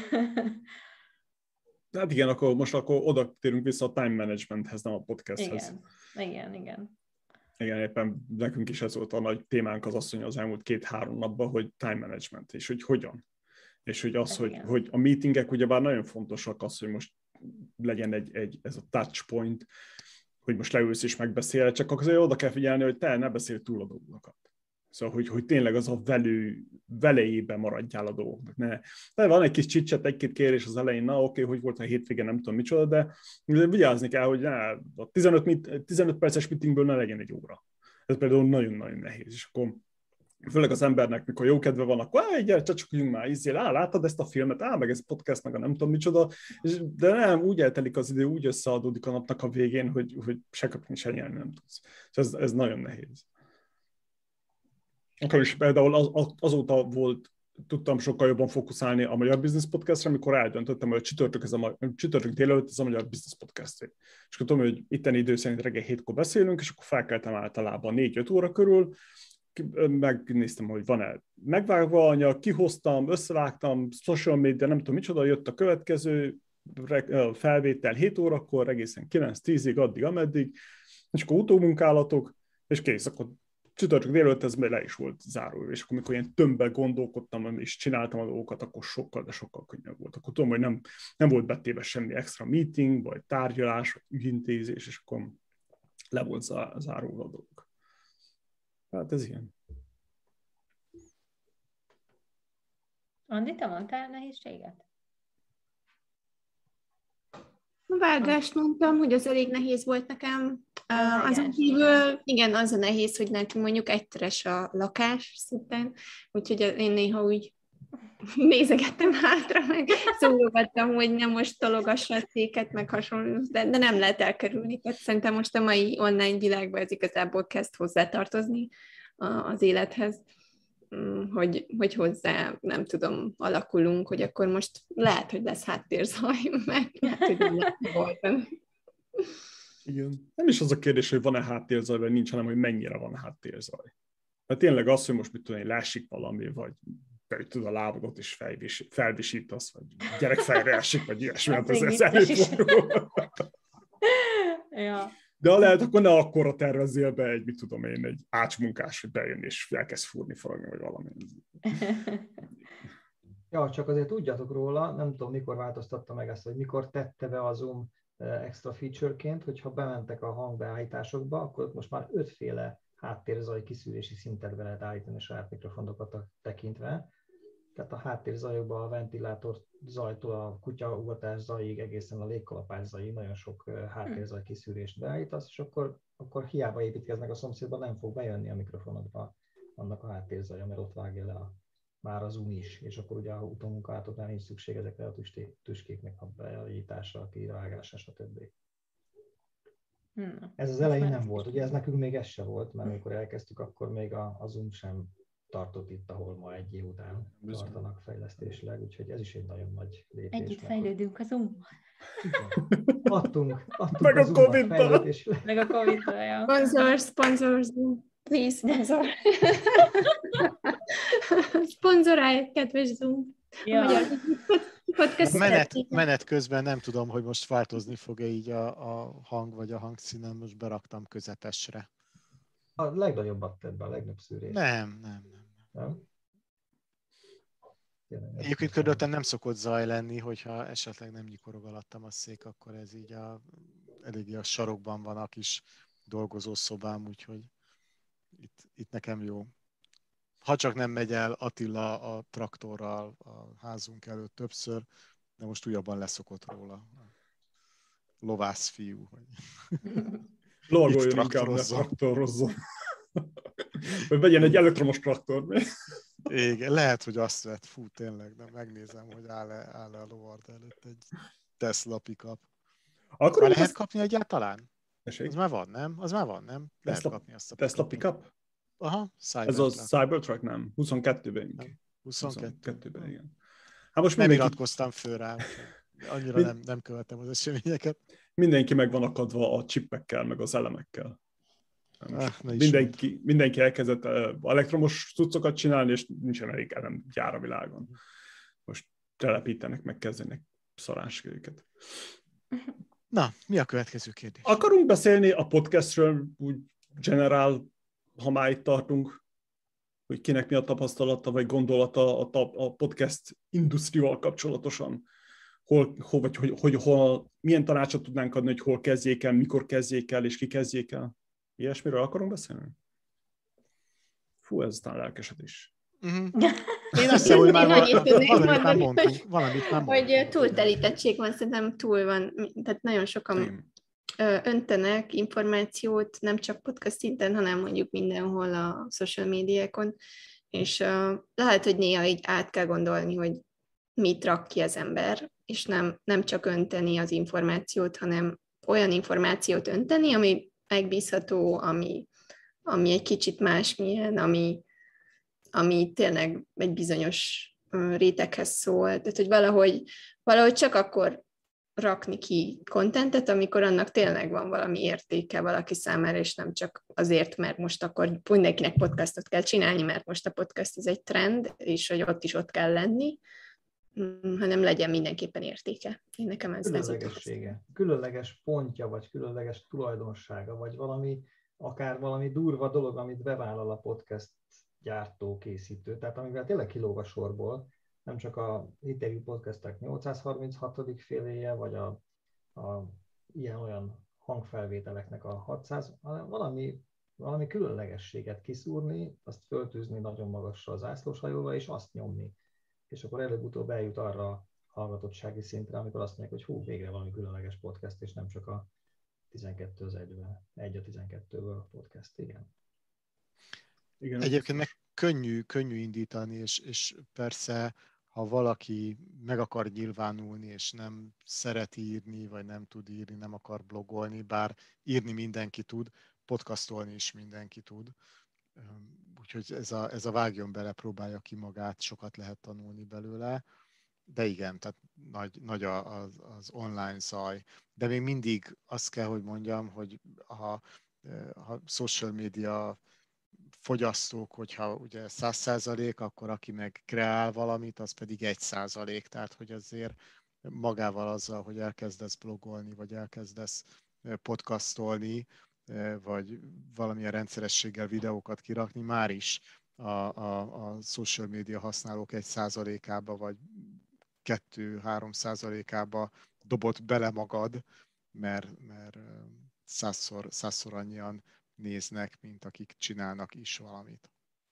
Hát igen, akkor most akkor oda térünk vissza a time managementhez, nem a podcasthez. Igen, igen, igen. Igen, éppen nekünk is ez volt a nagy témánk az asszony az elmúlt két-három napban, hogy time management, és hogy hogyan. És hogy az, hogy, hogy a meetingek ugyebár nagyon fontosak az, hogy most legyen egy, egy ez a touch point, hogy most leülsz és megbeszél, csak azért oda kell figyelni, hogy te ne beszélj túl a dolgokat. Szóval, hogy, hogy tényleg az a velő, velejében maradjál a dolgoknak. Ne. De van egy kis csicset, egy-két kérés az elején, na oké, okay, hogy volt a hétvége, nem tudom micsoda, de vigyázni kell, hogy ne, a tizenöt, tizenöt perces meetingből ne legyen egy óra. Ez például nagyon-nagyon nehéz. És akkor főleg az embernek, mikor jó kedve van, akkor áj, gyere, csacsokodjunk már, ízzél, á, láttad ezt a filmet, á, meg ez podcast, meg a nem tudom micsoda, és, de nem, úgy eltelik az idő, úgy összeadódik a napnak a végén, hogy, hogy se kapni, se nyelni nem tudsz. És ez, ez nagyon nehéz. Akkor is például az, az, azóta volt, tudtam sokkal jobban fókuszálni a Magyar Business Podcastra, amikor eldöntöttem, hogy a csütörtök, ez a, csütörtök délelőtt ez a Magyar Business Podcast. És akkor tudom, hogy itteni idő szerint reggel hétkor beszélünk, és akkor felkeltem általában négy-öt óra körül, megnéztem, hogy van-e megvágva anyag, kihoztam, összevágtam, social media, nem tudom micsoda, jött a következő felvétel hét órakor, egészen kilenc-tízig, addig, ameddig, és akkor utómunkálatok, és kész, akkor csütörtök délelőtt ez le is volt záró, és akkor, amikor ilyen tömbben gondolkodtam, és csináltam a dolgokat, akkor sokkal, de sokkal könnyebb volt. Akkor tudom, hogy nem, nem volt betéve semmi extra meeting, vagy tárgyalás, vagy ügyintézés, és akkor le volt záró a dolog. Hát ez ilyen. Andi, te mondtál nehézséget? A vágást mondtam, hogy az elég nehéz volt nekem. Uh, azon kívül, igen, az a nehéz, hogy nekünk mondjuk egyteres a lakás szépen, úgyhogy én néha úgy nézegettem hátra, meg szólogattam, hogy nem most tologassa a széket, meg hasonló, de, de nem lehet elkerülni. Tehát szerintem most a mai online világban ez igazából kezd hozzátartozni az élethez, hogy, hogy hozzá, nem tudom, alakulunk, hogy akkor most lehet, hogy lesz háttérzaj, meg lehet, hogy nem lesz voltam. Igen. Nem is az a kérdés, hogy van-e háttérzaj, vagy nincs, hanem hogy mennyire van háttérzaj. Mert tényleg az, hogy most mit tudom, lásik valami, vagy tud a lábadat is felvisítasz, vagy gyerekfejre esik, vagy ilyesmi, hát ez, ez előfordul. Ja. De ha lehet, akkor ne akkora tervezzél be egy, mit tudom én, egy ácsmunkás, hogy bejön és elkezd fúrni, faragni, vagy valami. Ja, csak azért tudjatok róla, nem tudom, mikor változtatta meg ezt, hogy mikor tette be a Zoom extra featureként, hogyha bementek a hangbeállításokba, akkor most már ötféle háttérzaj kiszűrési szintet be lehet állítani a saját mikrofonokat tekintve. Tehát a háttérzajokban a ventilátor zajtól a kutyaugatás zajig, egészen a légkalapás zajig nagyon sok háttérzaj kiszűrést beállítasz, és akkor, akkor hiába építkeznek a szomszédban, nem fog bejönni a mikrofonodba annak a háttérzaja, mert ott vágja le a, már az Zoom is, és akkor ugye a utómunkáltatoknál nincs szükség ezekre a tüskéknek a beállítása, kivágása, stb. Hmm. Ez az elején nem volt, ugye ez nekünk még ez se volt, mert amikor elkezdtük, akkor még a, a Zoom sem tartott itt, ahol ma egy év után tartanak fejlesztésleg, úgyhogy ez is egy nagyon nagy lépés. Együtt fejlődünk a Zoom. Adtunk, adtunk meg a, a Covid-ba. Meg a Covid-ba, ja. Sponsor, sponsor, Zoom. Please, sponsor. Szponzorálj, kedves Zoom. Ja. Menet, menet közben nem tudom, hogy most változni fog-e így a, a hang vagy a hangszínen, most beraktam közepesre. A legnagyobbat tett be, a legnagyobb szűrés. Nem, nem, nem. nem? Egyébként körülöttem nem szokott zaj lenni, hogyha esetleg nem nyikorogalattam a szék, akkor ez így a, eléggé a sarokban van a kis dolgozószobám, úgyhogy itt, itt nekem jó. Ha csak nem megy el Attila a traktorral a házunk előtt többször, de most újabban leszokott róla. Lovász fiú. Lovagoljon inkább, ne traktorozzon. Vagy vegyen egy elektromos traktor. Igen, lehet, hogy azt vett. Fú, tényleg, de megnézem, hogy áll-e, áll-e a lovard előtt egy Tesla pickup. Akkor már lehet ezt... kapni egyáltalán? Esély? Az már van, nem? Az már van, nem? Lehet Tesla, kapni azt a Tesla pickup? Aha, ez a Cybertruck, nem? huszonkettőben. Nem. huszonkettőben, igen. Hát most nem mindenki... iratkoztam föl rá, annyira Mind... nem, nem követtem az eseményeket. Mindenki meg van akadva a csippekkel, meg az elemekkel. Ah, mindenki, mindenki elkezdett elektromos cuccokat csinálni, és nincsen elég elem gyár a világon. Most telepítenek, meg kezdenek szarásni őket. Na, mi a következő kérdés? Akarunk beszélni a podcastről, úgy generál, ha már itt tartunk, hogy kinek mi a tapasztalata, vagy gondolata a, tap, a podcast industriával kapcsolatosan, hol, hol, vagy hogy, hogy hol, milyen tanácsot tudnánk adni, hogy hol kezdjék el, mikor kezdjék el, és ki kezdjék el. Ilyesmiről akarunk beszélni? Fú, ez aztán lelkesedés. Uh-huh. Én azt hiszem, hogy már valamit már mondtunk. Valamit már hogy túltelítettség van, szerintem túl van, tehát nagyon sokan Én. öntenek információt, nem csak podcast szinten, hanem mondjuk mindenhol a social médiákon, és uh, lehet, hogy néha így át kell gondolni, hogy mit rak ki az ember, és nem, nem csak önteni az információt, hanem olyan információt önteni, ami megbízható, ami, ami egy kicsit másmilyen, ami, ami tényleg egy bizonyos réteghez szól. Tehát, hogy valahogy, valahogy csak akkor rakni ki kontentet, amikor annak tényleg van valami értéke valaki számára, és nem csak azért, mert most akkor mindenkinek podcastot kell csinálni, mert most a podcast ez egy trend, és hogy ott is ott kell lenni, hanem legyen mindenképpen értéke. Én nekem ez különlegessége, különleges pontja, vagy különleges tulajdonsága, vagy valami, akár valami durva dolog, amit bevállal a podcast gyártó, készítő, tehát amivel tényleg kilóg a sorból, nem csak a interjú podcastek nyolcszázharminchatodik féléje, vagy a, a ilyen-olyan hangfelvételeknek a hatszáz, hanem valami, valami különlegességet kiszúrni, azt föltűzni nagyon magasra az zászlóshajóval, és azt nyomni. És akkor előbb-utóbb eljut arra a hallgatottsági szintre, amikor azt mondják, hogy hú, végre valami különleges podcast, és nem csak a tizenkettő az egyben, egy a tizenkettőből a podcast, igen. igen. Egyébként meg könnyű, könnyű indítani, és, és persze, ha valaki meg akar nyilvánulni, és nem szeret írni, vagy nem tud írni, nem akar blogolni, bár írni mindenki tud, podcastolni is mindenki tud. Úgyhogy ez a, ez a vágjon bele, próbálja ki magát, sokat lehet tanulni belőle. De igen, tehát nagy, nagy az, az online zaj. De még mindig azt kell, hogy mondjam, hogy ha, ha social media fogyasztók, hogyha ugye száz százalék, akkor aki meg kreál valamit, az pedig egy százalék. Tehát, hogy azért magával azzal, hogy elkezdesz blogolni, vagy elkezdesz podcastolni, vagy valamilyen rendszerességgel videókat kirakni, már is a, a, a social media használók egy százalékába, vagy kettő-három százalékába dobott bele magad, mert, mert százszor, százszor annyian néznek, mint akik csinálnak is valamit.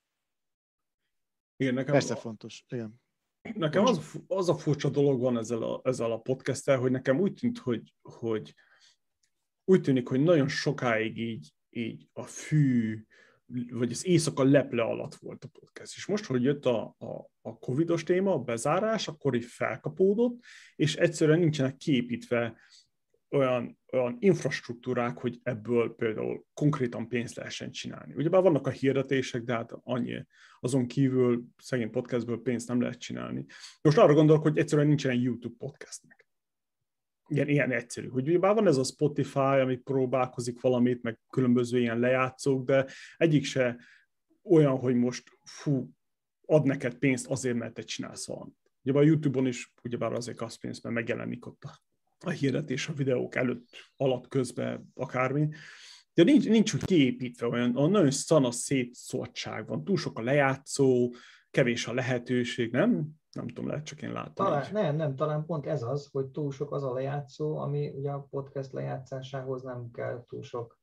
Igen, nekem Persze a, fontos. Igen. Nekem az, az a furcsa dolog van ezzel a, ezzel a podcasttel, hogy nekem úgy tűnt, hogy, hogy úgy tűnik, hogy nagyon sokáig így, így a fű, vagy az éjszaka leple alatt volt a podcast. És most, hogy jött a, a, a covidos téma, a bezárás, akkor így felkapódott, és egyszerűen nincsenek kiépítve olyan, olyan infrastruktúrák, hogy ebből például konkrétan pénzt lehessen csinálni. Ugyebár vannak a hirdetések, de hát annyi. Azon kívül szegény podcastből pénzt nem lehet csinálni. Most arra gondolok, hogy egyszerűen nincsen YouTube podcastnek. Igen, ilyen egyszerű. Hogy ugyebár van ez a Spotify, ami próbálkozik valamit, meg különböző ilyen lejátszók, de egyik se olyan, hogy most fú, ad neked pénzt azért, mert te csinálsz valamit. Ugyebár a YouTube-on is ugyebár azért kapsz pénzt, mert megjelenik ott a a hirdetés a videók előtt, alatt, közben, akármi. De nincs, nincs úgy kiépítve olyan, nagyon szana szétszórtság van, túl sok a lejátszó, kevés a lehetőség, nem? Nem tudom, lehet csak én látom. Talán, nem, nem, talán pont ez az, hogy túl sok az a lejátszó, ami ugye a podcast lejátszásához nem kell túl sok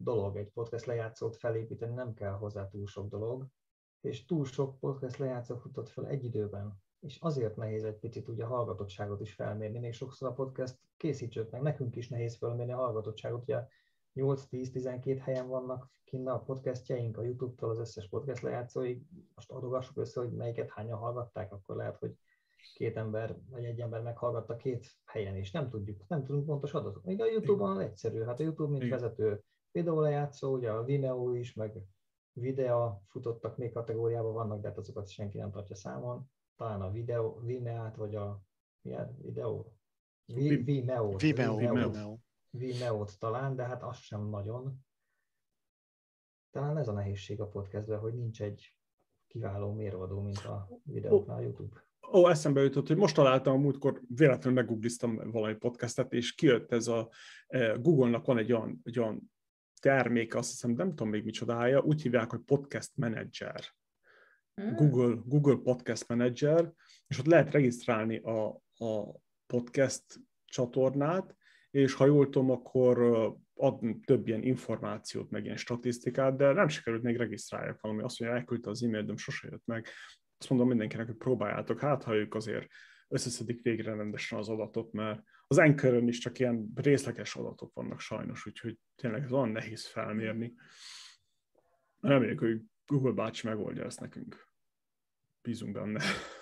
dolog egy podcast lejátszót felépíteni, nem kell hozzá túl sok dolog, és túl sok podcast lejátszó futott fel egy időben. És azért nehéz egy picit ugye a hallgatottságot is felmérni, még sokszor a podcast készítőknek, nekünk is nehéz felmérni a hallgatottságot, ugye nyolc-tíz-tizenkét helyen vannak kinn a podcastjaink, a YouTube-tól az összes podcast lejátszóig, most adogassuk össze, hogy melyiket hányan hallgatták, akkor lehet, hogy két ember, vagy egy ember meghallgatta két helyen is, nem tudjuk, nem tudunk pontos adatot. Még a YouTube-on egyszerű, hát a YouTube mint vezető videólejátszó, ugye a Vimeo is, meg Videa futottak még kategóriában vannak, de hát azokat senki nem tartja számon. Talán a videó, Vimeát, vagy a milyen videó? Vimeo. Vimeo. Vimeo-t talán, de hát az sem nagyon. Talán ez a nehézség a podcastben, hogy nincs egy kiváló mérvadó, mint a videóknál a YouTube. Ó, eszembe jutott, hogy most találtam a múltkor, véletlenül meggoogliztam valami podcastet, és kijött ez a Google-nak van egy olyan, egy olyan terméke, azt hiszem, nem tudom még micsodája, úgy hívják, hogy Podcast Manager. Mm. Google, Google Podcast Manager, és ott lehet regisztrálni a, a podcast csatornát, és ha jól tudom, akkor ad több ilyen információt, meg ilyen statisztikát, de nem sikerült még regisztrálják valami. Azt mondja, elküldte az e-mailt, de sose jött meg. Azt mondom mindenkinek, hogy próbáljátok, hát ha ők azért összeszedik végre rendesen az adatot, mert az Anchor-ön is csak ilyen részleges adatok vannak sajnos, úgyhogy tényleg ez olyan nehéz felmérni. Reméljük, hogy Google bácsi megoldja ezt nekünk. Bízunk benne.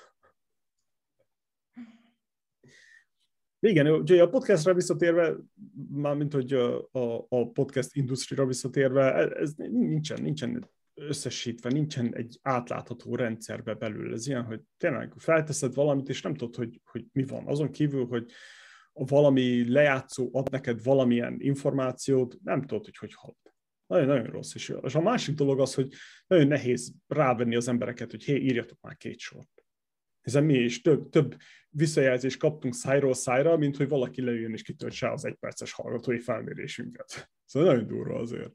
Igen, ugye a podcastra visszatérve, mármint hogy a, a, a podcast industrira visszatérve, ez nincsen, nincsen összesítve, nincsen egy átlátható rendszerbe belül. Ez ilyen, hogy tényleg felteszed valamit, és nem tudod, hogy, hogy mi van. Azon kívül, hogy valami lejátszó ad neked valamilyen információt, nem tudod, hogy hogy halad. Nagyon-nagyon rossz. És a másik dolog az, hogy nagyon nehéz rávenni az embereket, hogy hé, írjatok már két sort. Hiszen mi is több, több visszajelzést kaptunk szájról szájra, mint hogy valaki leüljön és kitöltse az egyperces hallgatói felmérésünket. Szóval nagyon durva azért.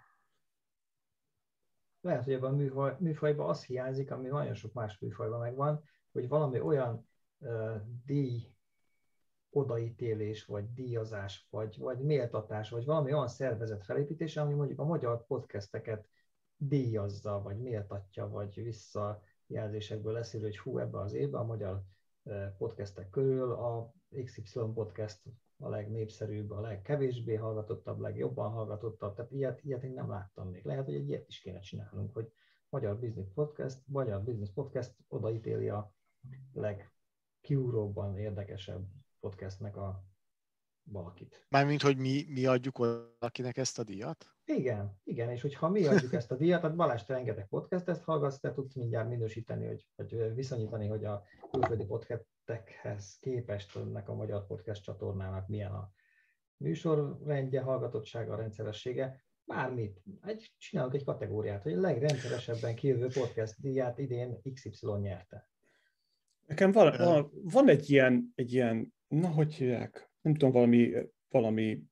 Lehet, hogy ebben a műfaj, műfajban az hiányzik, ami nagyon sok más műfajban megvan, hogy valami olyan uh, díj odaítélés, vagy díjazás, vagy, vagy méltatás, vagy valami olyan szervezet felépítése, ami mondjuk a magyar podcasteket díjazza, vagy méltatja, vagy visszajelzésekből leszűrő, hogy hú, ebben az évben a magyar podcastek körül a iksz ipszilon podcast a legnépszerűbb, a legkevésbé hallgatottabb, legjobban hallgatottabb, tehát ilyet, ilyet én nem láttam még. Lehet, hogy egy ilyet is kéne csinálnunk, hogy Magyar Business Podcast, Magyar Business Podcast odaítéli a legkiúróbban érdekesebb podcastnek a valakit. Mármint, hogy mi, mi adjuk valakinek ezt a díjat? Igen, igen, és hogyha mi adjuk ezt a díjat, hát Balázs, te rengeteg podcastet hallgatsz, te tudsz mindjárt minősíteni, hogy, vagy viszonyítani, hogy a külföldi podcastekhez képest ennek a magyar podcast csatornának milyen a műsorrendje, hallgatottsága, rendszeressége, bármit. Egy, csinálunk egy kategóriát, hogy a legrendszeresebben kijövő podcast díját idén iksz ipszilon nyerte. Nekem van, van, van egy ilyen, egy ilyen, na hogy hívják, nem tudom, valami, valami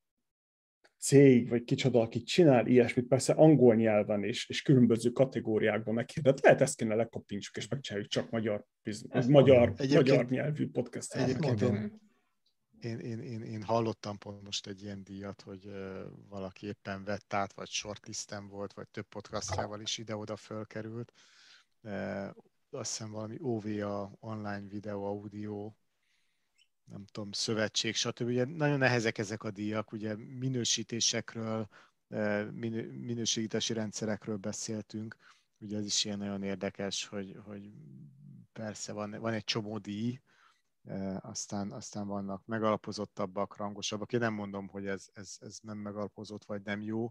cég, vagy kicsoda, aki csinál ilyesmit, persze angol nyelven és, és különböző kategóriákban meghirdet. Lehet ezt kéne lekopintsuk, és megcsináljuk csak magyar, magyar, magyar nyelvű podcast. Egyébként én, én, én, én, én hallottam pont most egy ilyen díjat, hogy uh, valaki éppen vett át, vagy shortlisten volt, vagy több podcastjával is ide-oda fölkerült. Uh, azt hiszem valami ó vé á, online videó, audio, nem tudom, szövetség, stb. Ugye nagyon nehezek ezek a díjak, ugye minősítésekről, minő, minősítési rendszerekről beszéltünk, ugye ez is ilyen nagyon érdekes, hogy, hogy persze van, van egy csomó díj, aztán, aztán vannak megalapozottabbak, rangosabbak. Én nem mondom, hogy ez, ez, ez nem megalapozott, vagy nem jó.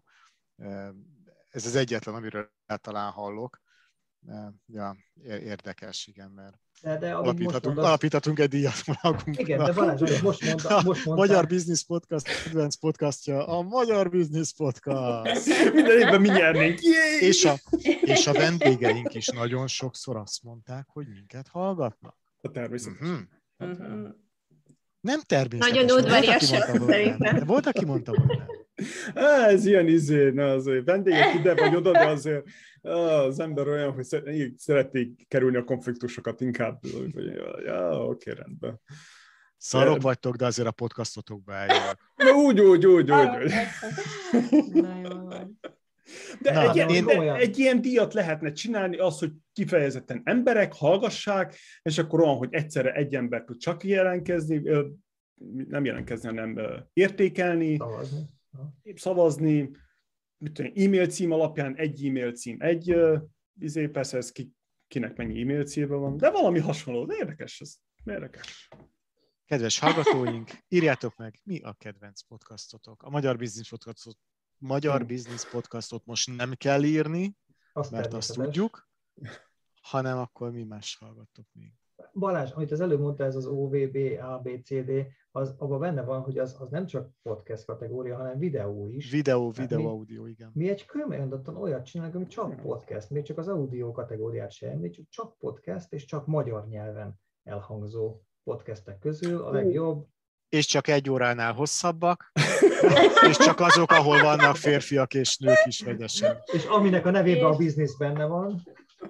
Ez az egyetlen, amiről talán hallok. Ja, érdekes, igen, mert de, de, alapíthatunk, mondasz... alapíthatunk egy díjat magunkra. Igen, de Balázs, most mondta, most mondta. Magyar Business Podcast, kedvenc podcastja, a Magyar Business Podcast. Minden évben mi nyernénk. És a, és a vendégeink is nagyon sokszor azt mondták, hogy minket hallgatnak. A természetesen. Uh-huh. Uh-huh. Nem természetesen. Nagyon udvariasak szerintem. Volt, aki mondta, hogy nem. Á, ez ilyen izé, na azért vendégek ide vagy oda, de azért az ember olyan, hogy szeretnék kerülni a konfliktusokat inkább. Hogy, ja, oké, rendben. Szarok vagytok, de azért a podcastotokba eljövök. Úgy, úgy, úgy, úgy. Na jó van. De, Na, egy, én... de egy ilyen díjat lehetne csinálni, az, hogy kifejezetten emberek hallgassák, és akkor olyan, hogy egyszerre egy ember tud csak jelentkezni, nem jelentkezni, hanem értékelni, Szavazni. szavazni, mit tudom, e-mail cím alapján egy e-mail cím, egy, izé, persze ez ki, kinek mennyi e-mail címe van, de valami hasonló, de érdekes ez, érdekes. Kedves hallgatóink, írjátok meg, mi a kedvenc podcastotok. A Magyar Business Podcastot, Magyar Business Podcastot most nem kell írni, azt mert azt tudjuk, hanem akkor mi más hallgattok még. Balázs, amit az előbb mondta, ez az o vé bé, á bé cé dé, az abban benne van, hogy az, az nem csak podcast kategória, hanem videó is. Videó, videó, mi, audio, igen. Mi egy különbözően olyat csinálunk, ami csak podcast, még csak az audio kategóriát sem említjük, csak podcast, és csak magyar nyelven elhangzó podcastek közül a legjobb. És csak egy óránál hosszabbak, és csak azok, ahol vannak férfiak és nők is vegyesen. És aminek a nevében a biznisz benne van.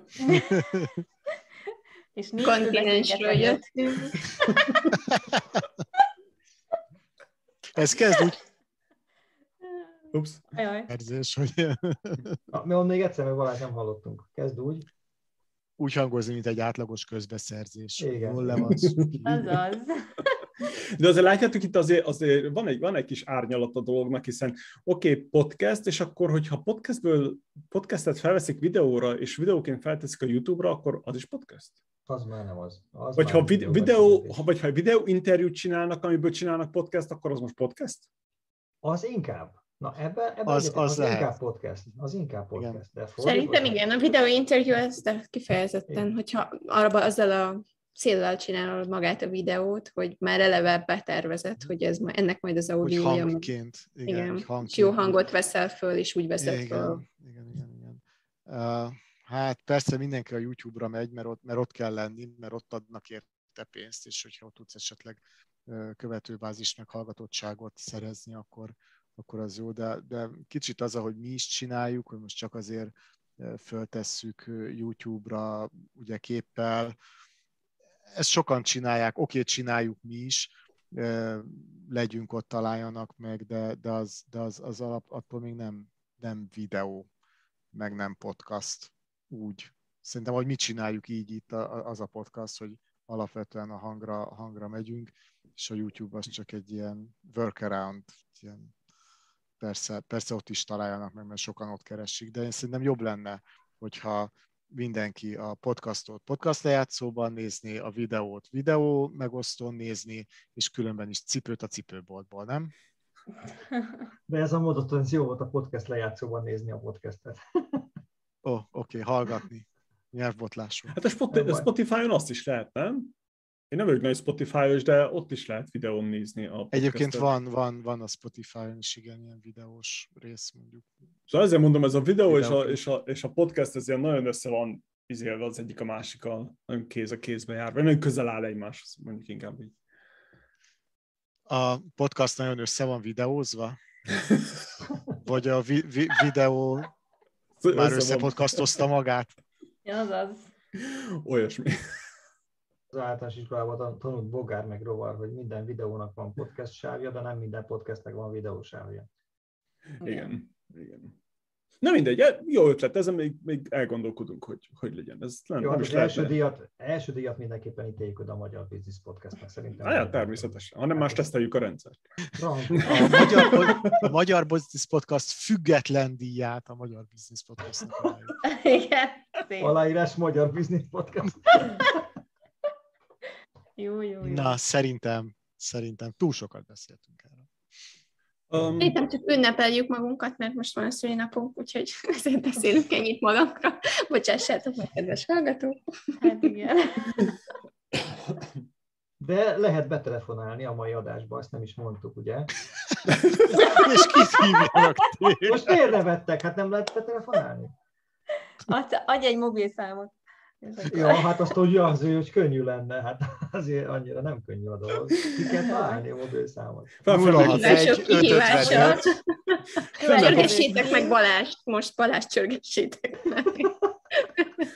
És kontinensről jöttünk. Ez kezd úgy... Ups. Érzés, hogy... Na, mi még egyszer, mert Balázs nem hallottunk. Kezd úgy. Úgy hangozni, mint egy átlagos közbeszerzés. Igen. Hol le van szó. Azaz. De azért látjátok, itt azért, azért van, egy, van egy kis árnyalat a dolognak, hiszen oké, okay, podcast, és akkor, hogyha podcastből podcastet felveszik videóra, és videóként felteszik a YouTube-ra, akkor az is podcast? Az már nem az. az vagy, ha videó, videó, ha, vagy ha videó interjút csinálnak, amiből csinálnak podcast, akkor az most podcast? Az inkább. Na ebben, ebben az, az, az inkább podcast. Az inkább podcast. De szerintem igen, a videó interjú ez de kifejezetten, igen. Hogyha arra azzal a céllal csinálod magát a videót, hogy már eleve betervezett, hogy ez, ennek majd az audiója. Hogy hangként. Igen, igen. hangként. Jó hangot veszel föl, és úgy veszed igen, föl. Igen, igen, igen. Uh, hát persze mindenki a YouTube-ra megy, mert ott, mert ott kell lenni, mert ott adnak érte pénzt, és hogyha ott tudsz esetleg uh, követőbázis meg hallgatottságot szerezni, akkor, akkor az jó. De, de kicsit az, ahogy mi is csináljuk, hogy most csak azért uh, föltesszük YouTube-ra, ugye képpel, ezt sokan csinálják, oké, csináljuk mi is, legyünk ott, találjanak meg, de, de, az, de az, az alap, attól még nem, nem videó, meg nem podcast úgy. Szerintem, hogy mit csináljuk így itt, az a podcast, hogy alapvetően a hangra, a hangra megyünk, és a YouTube az csak egy ilyen workaround, ilyen, persze, persze ott is találjanak meg, mert sokan ott keresik, de én szerintem jobb lenne, hogyha mindenki a podcastot podcast lejátszóban nézni, a videót videó megosztón nézni, és különben is cipőt a cipőboltból, nem? De ez a módot, ez jó volt a podcast lejátszóban nézni a podcastet. Ó, oh, oké, okay, hallgatni. Nyelvbotlású. Hát a Spotify-on azt is lehet, nem? Én nem vagyok nagy Spotify-os, de ott is lehet videón nézni a podcastet. Egyébként van, van, van a Spotify-on is igen, ilyen videós rész mondjuk. Szóval ezért mondom, ez a videó, videó. És, a, és, a, és a podcast ez ilyen nagyon össze van izélve az egyik a másikkal, nagyon kéz a kézbe jár, vagy nagyon közel áll egymáshoz, mondjuk inkább így. A podcast nagyon össze van videózva? Vagy a vi- vi- videó már összepodcastozta magát? Azaz. Olyasmi. Az általános iskolában tanult Bogár meg Rovar, hogy minden videónak van podcast sávja, de nem minden podcastnek van videósávja. Igen, igen. Na mindegy, jó ötlet, ezen még, még elgondolkodunk, hogy hogy legyen. Ez nem, jó, nem az is első díjat, első díjat mindenképpen ítéljük oda a Magyar Business Podcastnak szerintem. Á, természetesen, hanem más teszteljük a rendszert. A Magyar, a Magyar Business Podcast független díját a Magyar Business Podcastnak aláírjuk. Igen. Aláírás Magyar Business Podcast. Jó, jó, jó. Na, szerintem, szerintem túl sokat beszéltünk erről. Um, Szerintem csak ünnepeljük magunkat, mert most van a szülinapunk, úgyhogy ezért beszélünk ennyit magunkra. Bocsássátok meg, kedves hallgatók! Hát igen. De lehet betelefonálni a mai adásba, azt nem is mondtuk, ugye? És kit hívjanak tényleg? Most miért nevettek? Hát nem lehet betelefonálni? Adj egy mobilszámot. Ja, hát azt tudja az ő, hogy könnyű lenne, hát azért annyira nem könnyű a dolog. Ki kell találni a mobilszámot. Kihívások kihívása. Csörgessétek meg Balást, most Balást csörgessétek meg.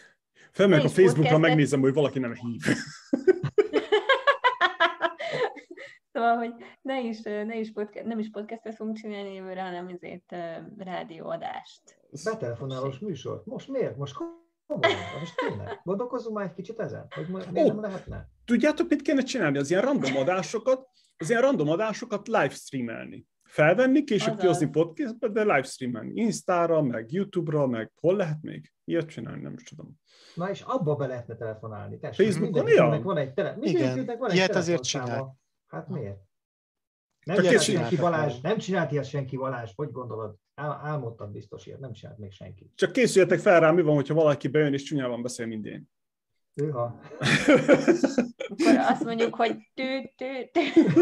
Felmegyek a Facebookra, megnézem, hogy valaki nem hív. Szóval, hogy ne is, ne is podcast, nem is podcastet fogunk csinálni jövőre, hanem ezért uh, rádióadást. Betelefonálós műsort? Most miért? Most komolyan? Most tényleg? Gondolkozzunk már egy kicsit ezen? Hogy miért oh, nem lehetne? Tudjátok, mit kéne csinálni? Az ilyen random adásokat, az ilyen random adásokat livestreamelni. Felvenni, később kihozni podcastbe, de livestreamelni. Instára, meg YouTube-ra, meg hol lehet még? Ilyet csinálni, nem is tudom. Na és abba be lehetne telefonálni. Tessék, Facebookon, ja. Van egy tele... Igen, van egy ilyet azért csinál. Hát miért? Nem csinált senki Balázs, nem csinált ilyet senki Balázs, hogy gondolod? Ál- álmodtad biztos ilyet, nem csinált még senki. Csak készüljetek fel rá, mi van, hogyha valaki bejön és csúnyában beszél, mint én. Őha. Akkor azt mondjuk, hogy tű, tű, tű.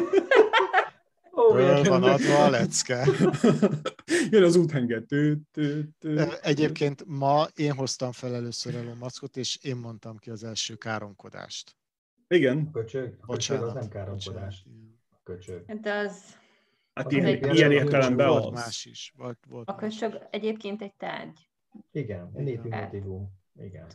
Föl van adva a lecke. Jön az úthenger. Tű, tű, tű. Egyébként ma én hoztam fel először Elon Muskot, és én mondtam ki az első káromkodást. Igen. Köcsög, a köcsög az nem káromkodás. A köcsög. Hát az... Hát ilyen, ilyen értelemben volt az. Más is. Volt, volt a köcsög más. Egyébként egy tárgy. Igen, egy népi motivum. Igen.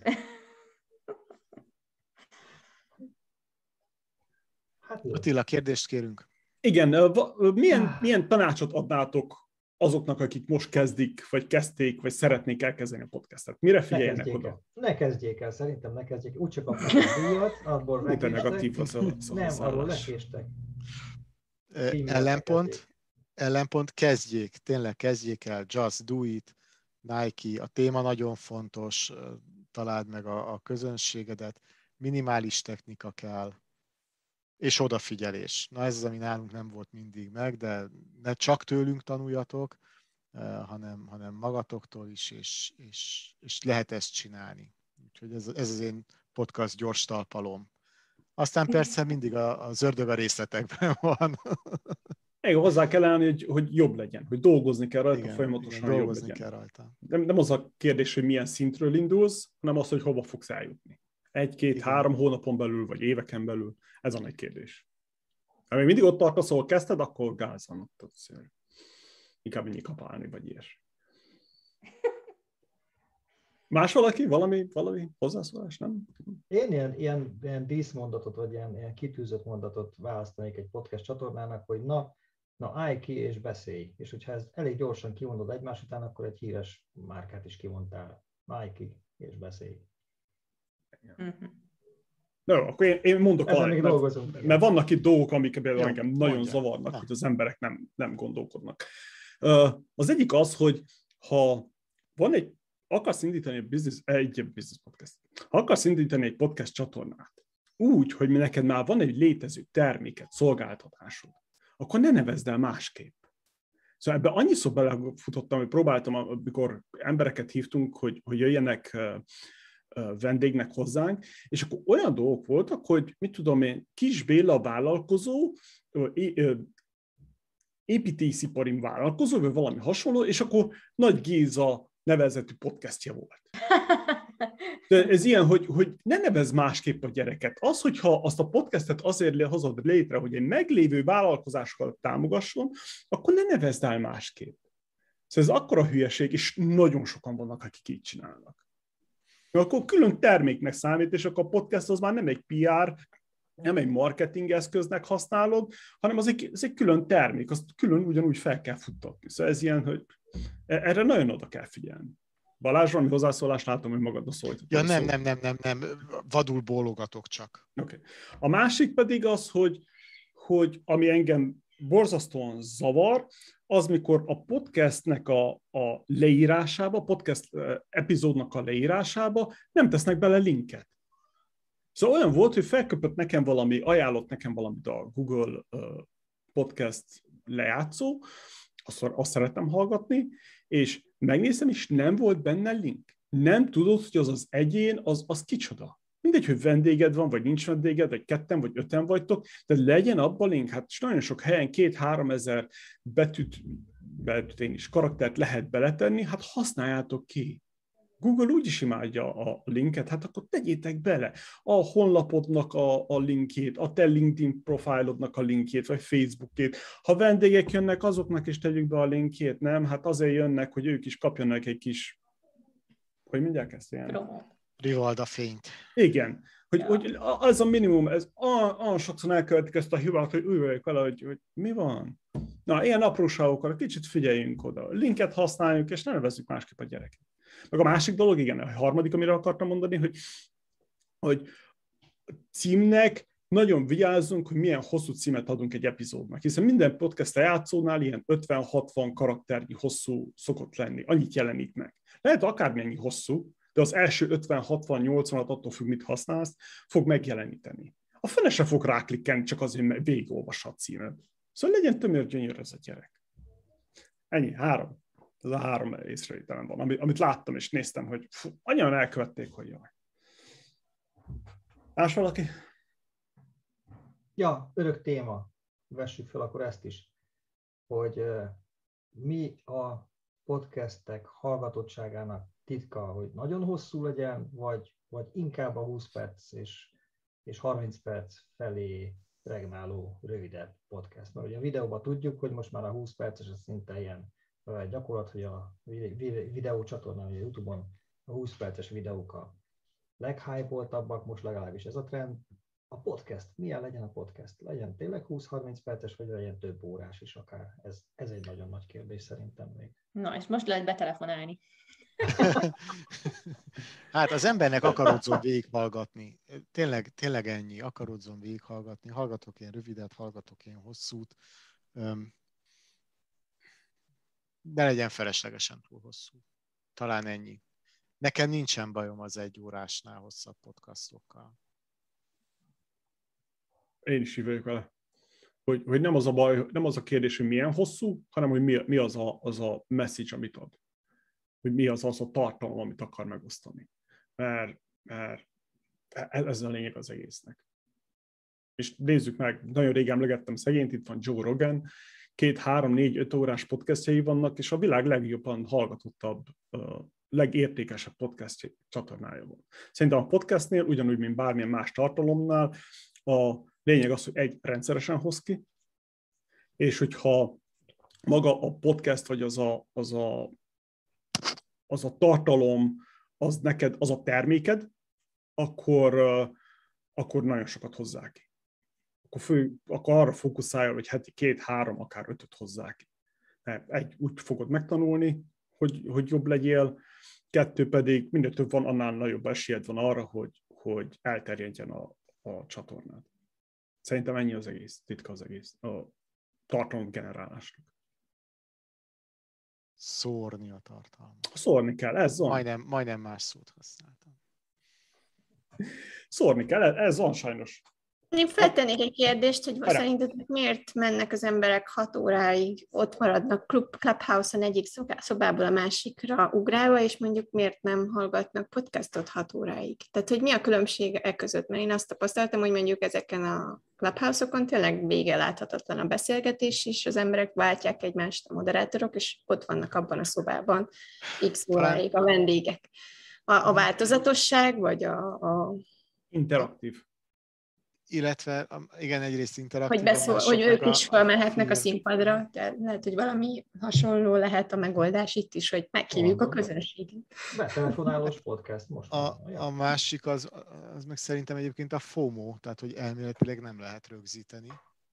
Hát Attila, kérdést kérünk. Igen, milyen, milyen tanácsot adnátok azoknak, akik most kezdik, vagy kezdték, vagy szeretnék elkezdeni a podcastet? Mire figyeljenek ne oda? El. Ne kezdjék el, szerintem ne kezdjék el. Úgy csak kapnak a díjat, abból lekéstek. negatív az a, az nem, abból lekéstek. Ellenpont, ellenpont, kezdjék, tényleg kezdjék el, just do it, Nike, a téma nagyon fontos, találd meg a, a közönségedet, minimális technika kell, és odafigyelés. Na ez az, ami nálunk nem volt mindig meg, de ne csak tőlünk tanuljatok, hanem, hanem magatoktól is, és, és, és lehet ezt csinálni. Úgyhogy ez, ez az én podcast gyors talpalom. Aztán persze mindig a, az ördög a részletekben van. Igen, hozzá kell állni, hogy, hogy jobb legyen, hogy dolgozni kell rajta, igen, folyamatosan igen, jobb dolgozni legyen. kell rajta. Nem, nem az a kérdés, hogy milyen szintről indulsz, hanem az, hogy hova fogsz eljutni. Egy, két, igen. három hónapon belül, vagy éveken belül. Ez a nagy kérdés. Ha még mindig ott tartasz, ahol kezdted, akkor gázan. Inkább mindig kapálni, vagy ilyes. Más valaki? Valami, valami hozzászólás, nem? Én ilyen, ilyen, ilyen díszmondatot, vagy ilyen, ilyen kitűzött mondatot választanék egy podcast csatornának, hogy na, na állj ki és beszélj. És hogyha ez elég gyorsan kimondod egymás után, akkor egy híres márkát is kimondtál. Állj ki és beszélj. Mm-hmm. No, akkor én, én mondok valamit, mert, mert vannak itt dolgok, amik például engem nagyon mondja. zavarnak, Na. hogy az emberek nem, nem gondolkodnak. Az egyik az, hogy ha van egy, akarsz indítani egy business, egy business podcast, ha akarsz indítani egy podcast csatornát, úgy, hogy neked már van egy létező terméket, szolgáltatásod, akkor ne nevezd el másképp. Szóval ebben annyiszor belefutottam, hogy próbáltam, amikor embereket hívtunk, hogy, hogy jöjjenek vendégnek hozzánk, és akkor olyan dolgok voltak, hogy mit tudom én, Kis Béla vállalkozó, építésziparin vállalkozó, vagy valami hasonló, és akkor Nagy Géza nevezetű podcastja volt. De ez ilyen, hogy, hogy ne nevezz másképp a gyereket. Az, hogyha azt a podcastet azért hozod létre, hogy egy meglévő vállalkozásokat támogasson, akkor ne nevezd el másképp. Szóval ez akkora hülyeség, és nagyon sokan vannak, akik így csinálnak. Akkor külön terméknek számít, és akkor a podcast az már nem egy pé er, nem egy marketing eszköznek használod, hanem az egy, az egy külön termék, azt külön ugyanúgy fel kell futtatni. Szóval ez ilyen, hogy erre nagyon oda kell figyelni. Balázs, valami hozzászólást látom, hogy magadba szólt. Ja, nem, nem, nem, nem, nem, vadul bólogatok csak. Okay. A másik pedig az, hogy, hogy ami engem borzasztóan zavar, az, mikor a podcastnek a, a leírásába, a podcast epizódnak a leírásába nem tesznek bele linket. Szóval olyan volt, hogy felköpött nekem valami, ajánlott nekem valamit a Google podcast lejátszó, azt, azt szeretem hallgatni, és megnéztem, és nem volt benne link. Nem tudod, hogy az az egyén, az, az kicsoda. Mindegy, hogy vendéged van, vagy nincs vendéged, vagy ketten, vagy öten vagytok, de legyen abban link. Hát nagyon sok helyen két-három ezer betűt, betűt én is, karaktert lehet beletenni, hát használjátok ki. Google úgyis imádja a linket, hát akkor tegyétek bele a honlapodnak a, a linkjét, a te LinkedIn profilodnak a linkjét, vagy Facebookét. Ha vendégek jönnek, azoknak is tegyük be a linkjét, nem? Hát azért jönnek, hogy ők is kapjanak egy kis, hogy mondják ezt ilyen? Rivalda fényt. Igen. Hogy, Ja. hogy az a minimum, ez olyan sokszor elkövetik ezt a hibát, hogy úgy vagyok vele, hogy, hogy mi van? Na, ilyen apróságokra kicsit figyeljünk oda. Linket használjuk, és ne nevezzük másképp a gyereket. Meg a másik dolog, igen, a harmadik, amire akartam mondani, hogy, hogy címnek nagyon vigyázzunk, hogy milyen hosszú címet adunk egy epizódnak, hiszen minden podcast lejátszónál ilyen ötven-hatvan karakternyi hosszú szokott lenni, annyit jelenít meg. Lehet akármennyi hosszú, de az első ötven-hatvan-nyolcvanat attól függ, mit használsz, fog megjeleníteni. A fele se fog ráklikkelni, csak azért, mert végigolvassa a címet. Szóval legyen tömör gyönyör ez a gyerek. Ennyi, három. Ez a három észrevételem van, amit, amit láttam és néztem, hogy fú, annyian elkövették, hogy jaj. Más valaki? Ja, örök téma. Vessük fel akkor ezt is, hogy uh, mi a podcastek hallgatottságának titka, hogy nagyon hosszú legyen, vagy, vagy inkább a húsz perc és, és harminc perc felé regnáló rövidebb podcast. Mert ugye a videóban tudjuk, hogy most már a húsz perces az szinte ilyen gyakorlat, hogy a videócsatornán, a YouTube-on a húsz perces videók a leghype-oltabbak, most legalábbis ez a trend. A podcast, milyen legyen a podcast? Legyen tényleg húsz-harminc perces, vagy legyen több órás is akár? Ez, ez egy nagyon nagy kérdés szerintem még. Na, és most lehet betelefonálni. Hát az embernek akarodzon végighallgatni. Tényleg, tényleg ennyi, akarodzon végighallgatni. Hallgatok ilyen rövidet, hallgatok ilyen hosszút. De legyen feleslegesen túl hosszú. Talán ennyi. Nekem nincsen bajom az egy órásnál hosszabb podcastokkal. Én is így vagyok vele. Hogy, hogy nem az a baj, nem az a kérdés, hogy milyen hosszú, hanem hogy mi, mi az, a, az a message, amit ad. Hogy mi az az a tartalom, amit akar megosztani. Mert, mert ez a lényeg az egésznek. És nézzük meg, nagyon rég emlegettem szegényt, itt van Joe Rogan, két, három, négy, öt órás podcastjai vannak, és a világ legjobban hallgatottabb, legértékesebb podcast csatornája van. Szerintem a podcastnél, ugyanúgy, mint bármilyen más tartalomnál, a lényeg az, hogy egy, rendszeresen hoz ki, és hogyha maga a podcast, vagy az a, az a, az a tartalom, az neked, az a terméked, akkor, akkor nagyon sokat hozzá ki. Akkor, fő, akkor arra fókuszálja, hogy heti két, három, akár ötöt hozzá ki. Egy, úgy fogod megtanulni, hogy, hogy jobb legyél, kettő pedig minél több van, annál nagyobb esélyed van arra, hogy, hogy elterjedjen a, a csatornád. Szerintem ennyi az egész, titka az egész, a tartalom generálásnak. Szórni a tartalmat. Szórni kell, ez van. Majdnem, majdnem más szót használtam. Szórni kell, ez van sajnos. Én feltennék egy kérdést, hogy szerintetek miért mennek az emberek hat óráig, ott maradnak Club, Clubhouse-on egyik szobából a másikra ugrálva, és mondjuk miért nem hallgatnak podcastot hat óráig? Tehát, hogy mi a különbség e között? Mert én azt tapasztaltam, hogy mondjuk ezeken a Clubhouse-okon tényleg vége láthatatlan a beszélgetés, és az emberek váltják egymást a moderátorok, és ott vannak abban a szobában x óráig a vendégek. A, a változatosság, vagy a... a... Interaktív. Illetve, igen, egyrészt interaktív. Hogy, beszól, hogy ők is felmehetnek a, a színpadra, tehát lehet, hogy valami hasonló lehet a megoldás itt is, hogy meghívjuk a közönséget. Betelefonálós podcast most. A, a másik az, az meg szerintem egyébként a FOMO, tehát hogy elméletileg nem lehet rögzíteni.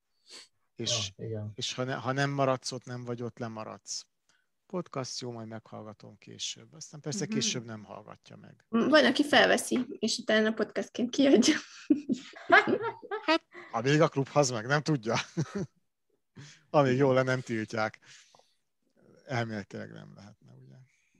És, ja, igen. és ha, ne, ha nem maradsz ott, nem vagy ott, lemaradsz. Podcast jó, majd meghallgatom később. Aztán persze uh-huh. később nem hallgatja meg. Van, aki felveszi, és utána podcastként kiadja. Hát, amíg a klubház meg nem tudja. Amíg jól le nem tiltják. Elméletileg nem lehetne, ugye?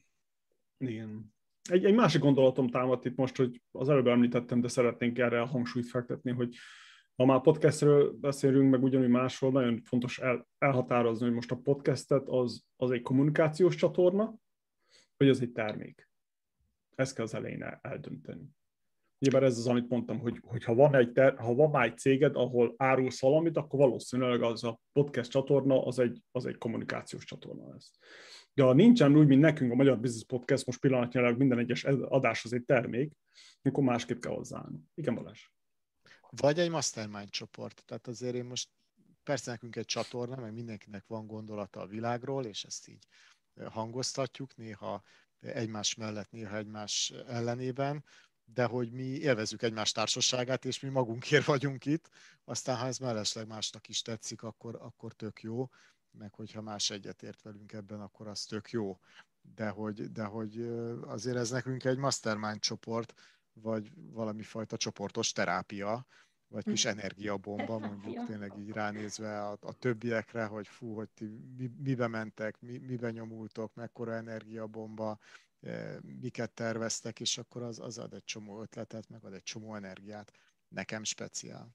Igen. Egy, egy másik gondolatom támadt itt most, hogy az előbb említettem, de szeretnénk erre a hangsúlyt fektetni, hogy ha már podcastről beszélünk, meg ugyanúgy másról, nagyon fontos el, elhatározni, hogy most a podcastet az, az egy kommunikációs csatorna, vagy az egy termék. Ezt kell az elején el, eldönteni. Nyilván ez az, amit mondtam, hogy, hogy ha, van egy ter, ha van már egy céged, ahol árulsz valamit, akkor valószínűleg az a podcast csatorna, az egy, az egy kommunikációs csatorna lesz. De ha nincsen úgy, mint nekünk a Magyar Business Podcast, most pillanatnyilag minden egyes adás az egy termék, akkor másképp kell hozzáállni. Igen, Balázs? Vagy egy mastermind csoport. Tehát azért én most, persze nekünk egy csatorna, meg mindenkinek van gondolata a világról, és ezt így hangoztatjuk, néha egymás mellett, néha egymás ellenében, de hogy mi élvezzük egymás társaságát, és mi magunkért vagyunk itt, aztán ha ez mellesleg másnak is tetszik, akkor, akkor tök jó, meg hogyha más egyetért velünk ebben, akkor az tök jó. De hogy, de hogy azért ez nekünk egy mastermind csoport, vagy valami fajta csoportos terápia, vagy kis energiabomba, mondjuk tényleg így ránézve a, a többiekre, hogy fú, hogy ti mi, mibe mentek, mi, mibe nyomultok, mekkora energiabomba, miket terveztek, és akkor az, az ad egy csomó ötletet, meg ad egy csomó energiát. Nekem speciál.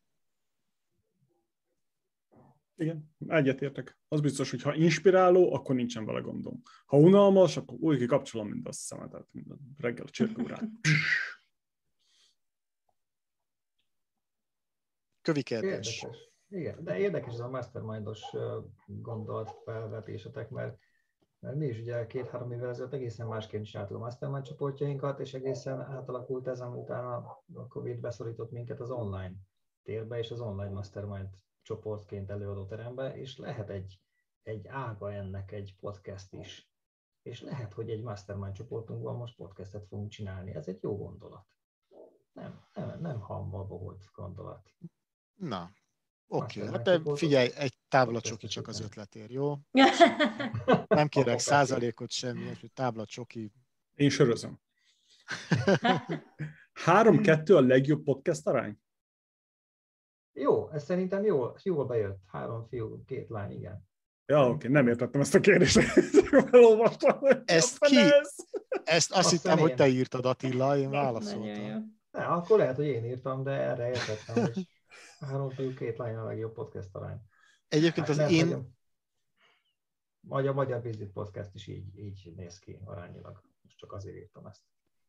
Igen, egyetértek. Az biztos, hogy ha inspiráló, akkor nincsen vele gondom. Ha unalmas, akkor úgy kikapcsolom mind a szemetet, mind a reggel a csirkórán. Kövi kérdés. Érdekes. Igen, de érdekes ez a mastermindos gondolatfelvetésetek, mert, mert mi is ugye két-három évvel ezelőtt egészen másként csináltuk a mastermind csoportjainkat, és egészen átalakult ez, amiután a, a Covid beszorított minket az online térbe, és az online mastermind csoportként előadó terembe, és lehet egy, egy ága ennek egy podcast is. És lehet, hogy egy mastermind csoportunkban most podcastet fogunk csinálni. Ez egy jó gondolat. Nem, nem, nem hamvalba volt gondolat. Na, oké. Okay. Hát de figyelj, egy tábla csoki csak az ötletért, jó? Nem kérek százalékot semmi, hogy tábla csoki. Én sörözöm. Három-kettő a legjobb podcast arány? Jó, ez szerintem jól, jól bejött. Három fiú, két lány, igen. Ja, oké, okay, nem értettem ezt a kérdést. Elolvastam. Ezt ki? Ez? Ezt azt, azt hittem, hogy te írtad, Attila, én válaszoltam. Ne, akkor lehet, hogy én írtam, de erre értettem, hogy három fiú, két lány a legjobb podcast arány. Egyébként hát, az én... Magyar, magyar, magyar Bizit Podcast is így, így néz ki arányilag. Most csak azért írtam ezt.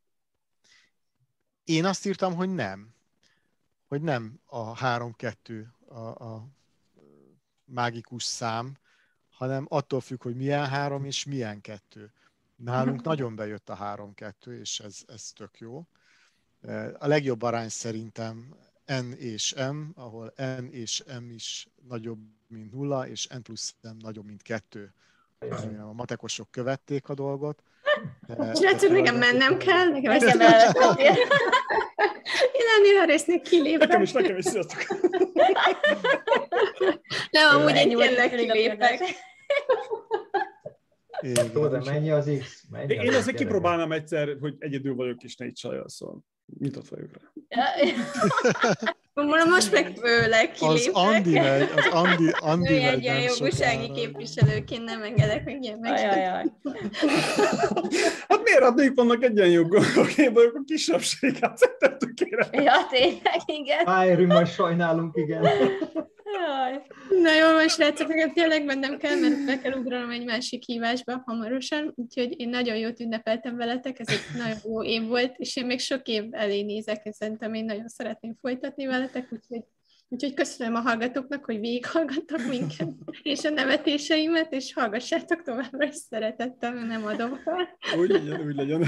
Én azt írtam, hogy nem. Hogy nem a három-kettő a, a mágikus szám, hanem attól függ, hogy milyen három és milyen kettő. Nálunk nagyon bejött a három-kettő, és ez, ez tök jó. A legjobb arány szerintem N és M, ahol N és M is nagyobb, mint nulla, és N plusz M nagyobb, mint kettő. A matekosok követték a dolgot. Srácok, nekem mennem kell, nekem ezt mellett. Én ennél a résznél kilépek. Nekem is, nekem is, sziasztok. Nem, amúgy én tényleg kilépek. Tudod, mennyi az X? Mennyi Én azért kipróbálnám egyszer, hogy egyedül vagyok, és négy csajjal, szóval nyitott vagyok rá. Most meg főleg kilépek. Az Andi megy, az Andi, Andi megy. Ő egy ilyen jogúsági képviselőként nem engedek meg ilyen meg. Hát miért adnék vannak egyenjogok, én vagyok a kisebbség, hát szerintem tökéletes. Ja, tényleg, igen. Fájrű, majd sajnálunk, igen. Na jól van, srácok, nekem tényleg mennem kell, mert be kell ugranom egy másik hívásba hamarosan, úgyhogy én nagyon jót ünnepeltem veletek, ez egy nagyon jó év volt, és én még sok év elé nézek, és szerintem én nagyon szeretném folytatni veletek, úgyhogy, úgyhogy köszönöm a hallgatóknak, hogy végighallgattak minket, és a nevetéseimet, és hallgassátok továbbra is szeretettel, nem adom fel. Úgy legyen, úgy legyen.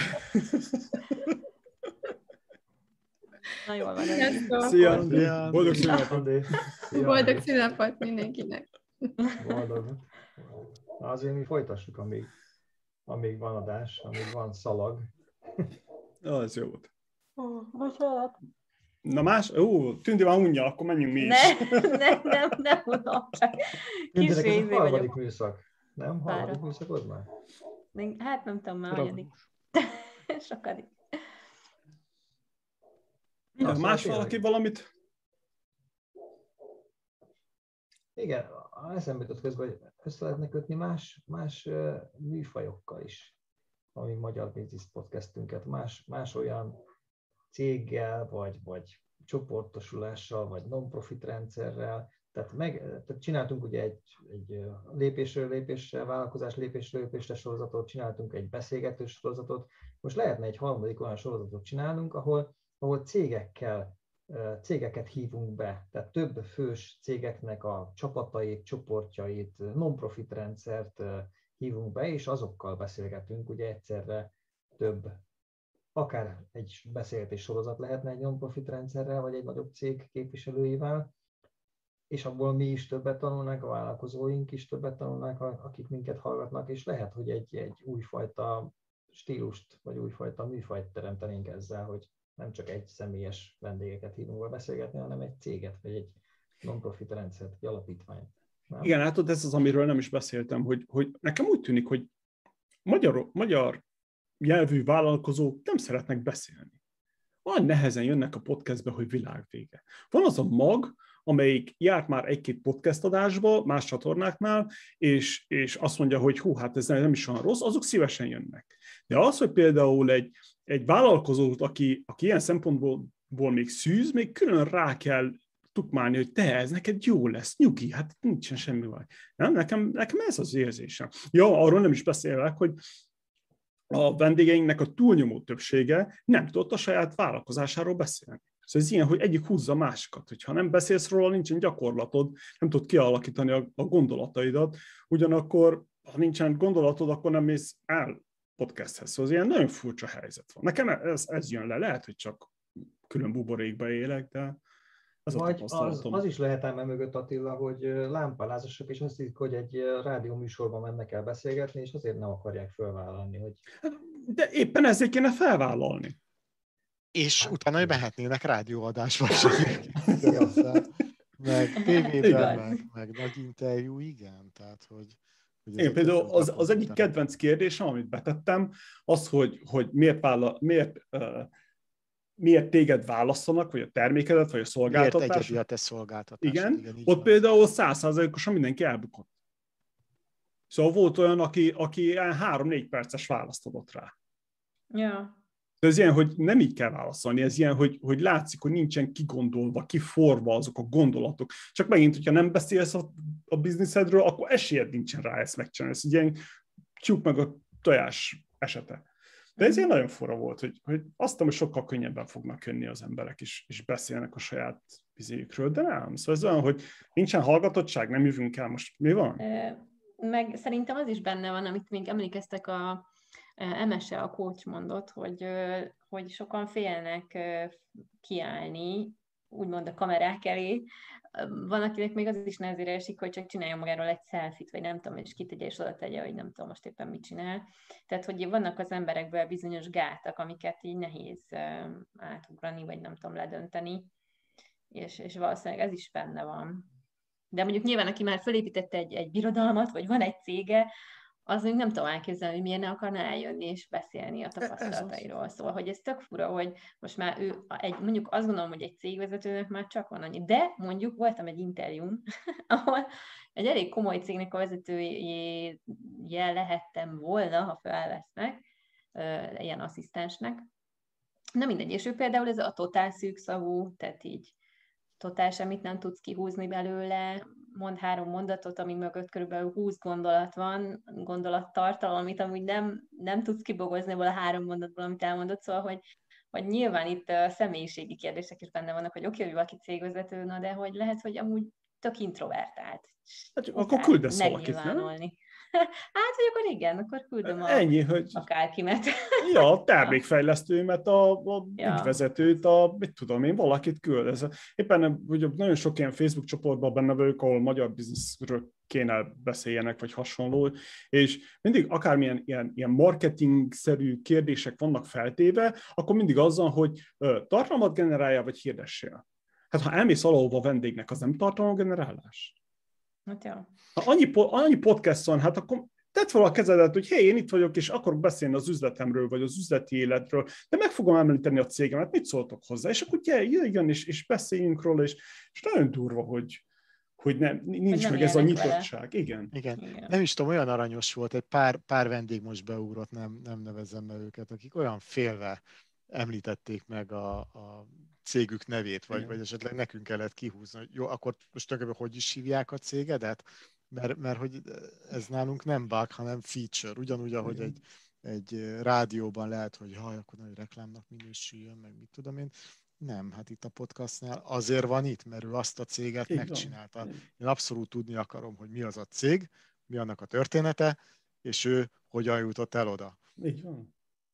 Na jól van. Szia! Szia. Boldog szülinapot! Boldog szülinapot mindenkinek! Boldog. Na azért mi folytassuk, amíg, amíg van adás, amíg van szalag. Ja, ez jó volt. Ó, bocsánat. Na más? Ó, Tündi már unja, akkor menjünk mi is. Ne, ne, nem, nem unom, csak kis ez a harmadik műszak. Nem? Harmadik műszakod már? Hát nem tudom már, hanyadik. Sokadik. Na, más valaki tényleg. Valamit? Igen, eszembe jutott közben, hogy össze lehetne kötni más, más uh, műfajokkal is, ami Magyar Business Podcastünket, más, más olyan céggel, vagy, vagy csoportosulással, vagy non-profit rendszerrel. Tehát, meg, tehát csináltunk ugye egy, egy lépésről lépésre, vállalkozás lépésről lépésre sorozatot, csináltunk egy beszélgető sorozatot. Most lehetne egy harmadik olyan sorozatot csinálnunk, ahol ahol cégekkel, cégeket hívunk be, tehát több fős cégeknek a csapatait, csoportjait, non-profit rendszert hívunk be, és azokkal beszélgetünk, ugye egyszerre több, akár egy beszélgetés sorozat lehetne egy non-profit rendszerrel, vagy egy nagyobb cég képviselőivel, és abból mi is többet tanulnánk, a vállalkozóink is többet tanulnánk, akik minket hallgatnak, és lehet, hogy egy, egy újfajta stílust, vagy újfajta műfajt teremtenénk ezzel, hogy nem csak egy személyes vendégeket hívunk beszélgetni, hanem egy céget, vagy egy non-profit rendszert, egy alapítványt. Nem? Igen, hát ez az, amiről nem is beszéltem, hogy, hogy nekem úgy tűnik, hogy magyar, magyar nyelvű vállalkozók nem szeretnek beszélni. Olyan nehezen jönnek a podcastbe, hogy világvége. Van az a mag, amelyik járt már egy-két podcast adásba, más csatornáknál, és, és azt mondja, hogy hú, hát ez nem is olyan rossz, azok szívesen jönnek. De az, hogy például egy, egy vállalkozót, aki, aki ilyen szempontból még szűz, még külön rá kell tukmálni, hogy te, ez neked jó lesz, nyugi, hát nincsen semmi baj. Nem? Nekem, nekem ez az érzésem. Ja, arról nem is beszélek, hogy a vendégeinknek a túlnyomó többsége nem tudott a saját vállalkozásáról beszélni. Szóval ez ilyen, hogy egyik húzza a másikat. Hogyha nem beszélsz róla, nincsen gyakorlatod, nem tudod kialakítani a, a gondolataidat, ugyanakkor, ha nincsen gondolatod, akkor nem mész el podcasthez. Szóval ez ilyen nagyon furcsa helyzet van. Nekem ez, ez jön le, lehet, hogy csak külön buborékba élek, de ez a Vagy az, az is lehet ám mögött, Attila, hogy lámpalázasok, és azt hiszik, hogy egy rádió műsorban mennek el beszélgetni, és azért nem akarják felvállalni. Hogy... De éppen ezért kéne felvállalni. És hát, utána hogy mehetnének rádióadásba sem. Meg tévében, meg, meg nagy interjú, igen. Tehát, hogy, hogy én például az, az egyik kedvenc kérdésem, amit betettem, az, hogy, hogy miért, vállal, miért, uh, miért téged választanak, vagy a termékedet, vagy a szolgáltatást. Miért egyedi a te szolgáltatásod. Igen, igen ott van. Például száz százalékosan mindenki elbukott. Szóval volt olyan, aki, aki három-négy perces választ adott rá. Ja. De ez ilyen, hogy nem így kell válaszolni, ez ilyen, hogy, hogy látszik, hogy nincsen kigondolva, kiforva azok a gondolatok. Csak megint, hogyha nem beszélsz a, a bizniszedről, akkor esélyed nincsen rá ezt megcsinálni. Ez ilyen csuk meg a tojás esete. De ez ilyen nagyon fura volt, hogy, hogy azt hiszem, hogy sokkal könnyebben fognak jönni az emberek is, és beszélnek a saját vizéjükről, de nem. Szóval ez olyan, hogy nincsen hallgatottság, nem jövünk el most. Mi van? Meg szerintem az is benne van, amit még emlékeztek a em es e, a coach mondott, hogy, hogy sokan félnek kiállni, úgymond a kamerák elé. Van, akinek még az is nehezére esik, hogy csak csinálja magáról egy selfie-t, vagy nem tudom, és kitegye és oda tegye, hogy nem tudom most éppen mit csinál. Tehát, hogy vannak az emberekből bizonyos gátak, amiket így nehéz átugrani, vagy nem tudom ledönteni, és, és valószínűleg ez is benne van. De mondjuk nyilván, aki már felépítette egy, egy birodalmat, vagy van egy cége, az még nem tudom elképzelni, hogy miért ne akarna eljönni és beszélni a tapasztalatairól. Szóval, hogy ez tök fura, hogy most már ő, egy, mondjuk azt gondolom, hogy egy cégvezetőnek már csak van annyi. De mondjuk voltam egy interjún, ahol egy elég komoly cégnek a vezetője lehettem volna, ha felvesznek, ilyen asszisztensnek. Na mindegy, és ő például ez a totál szűkszavú, tehát így totál semmit nem tudsz kihúzni belőle, mond három mondatot, ami mögött körülbelül húsz gondolat van, gondolattartalom, amit amúgy nem, nem tudsz kibogozni ebből a három mondatból, amit elmondott, szóval, hogy, hogy nyilván itt a személyiségi kérdések is benne vannak, hogy oké, hogy valaki cégvezető, na de hogy lehet, hogy amúgy tök introvertált. Hát, akkor küldesz valakit, nem? Hát, hogy akkor igen, akkor küldöm a, Ennyi, hogy... akárkimet. Ja, a termékfejlesztőmet, a, a ja. ügyvezetőt, a, mit tudom én, valakit küld. Ez, éppen hogy nagyon sok ilyen Facebook csoportban benne vagyok, ahol magyar bizniszről kéne beszéljenek, vagy hasonló, és mindig akármilyen ilyen, ilyen marketing-szerű kérdések vannak feltéve, akkor mindig azzal, hogy ö, tartalmat generálja, vagy hirdessél. Hát ha elmész valahova vendégnek, az nem tartalomgenerálás? Hát jó. Ha annyi, annyi podcast van, hát akkor tedd fel a kezedet, hogy hé, én itt vagyok, és akarok beszélni az üzletemről, vagy az üzleti életről, de meg fogom említeni a cégemet, mit szóltok hozzá? És akkor jöjjön, és, és beszéljünk róla, és, és nagyon durva, hogy, hogy nem, nincs hogy meg ez a nyitottság. Igen. Igen. Igen. Nem is tudom, olyan aranyos volt, egy pár, pár vendég most beugrott, nem, nem nevezzem meg őket, akik olyan félve említették meg a, a cégük nevét, vagy, vagy esetleg nekünk kellett kihúzni, hogy jó, akkor most tulajdonképpen hogy is hívják a cégedet? Mert, mert hogy ez nálunk nem bug, hanem feature. Ugyanúgy, ahogy egy, egy rádióban lehet, hogy haj, akkor nagy reklámnak minősüljön, meg mit tudom én. Nem, hát itt a podcastnál azért van itt, mert ő azt a céget így megcsinálta. Van. Én abszolút tudni akarom, hogy mi az a cég, mi annak a története, és ő hogyan jutott el oda. Így van.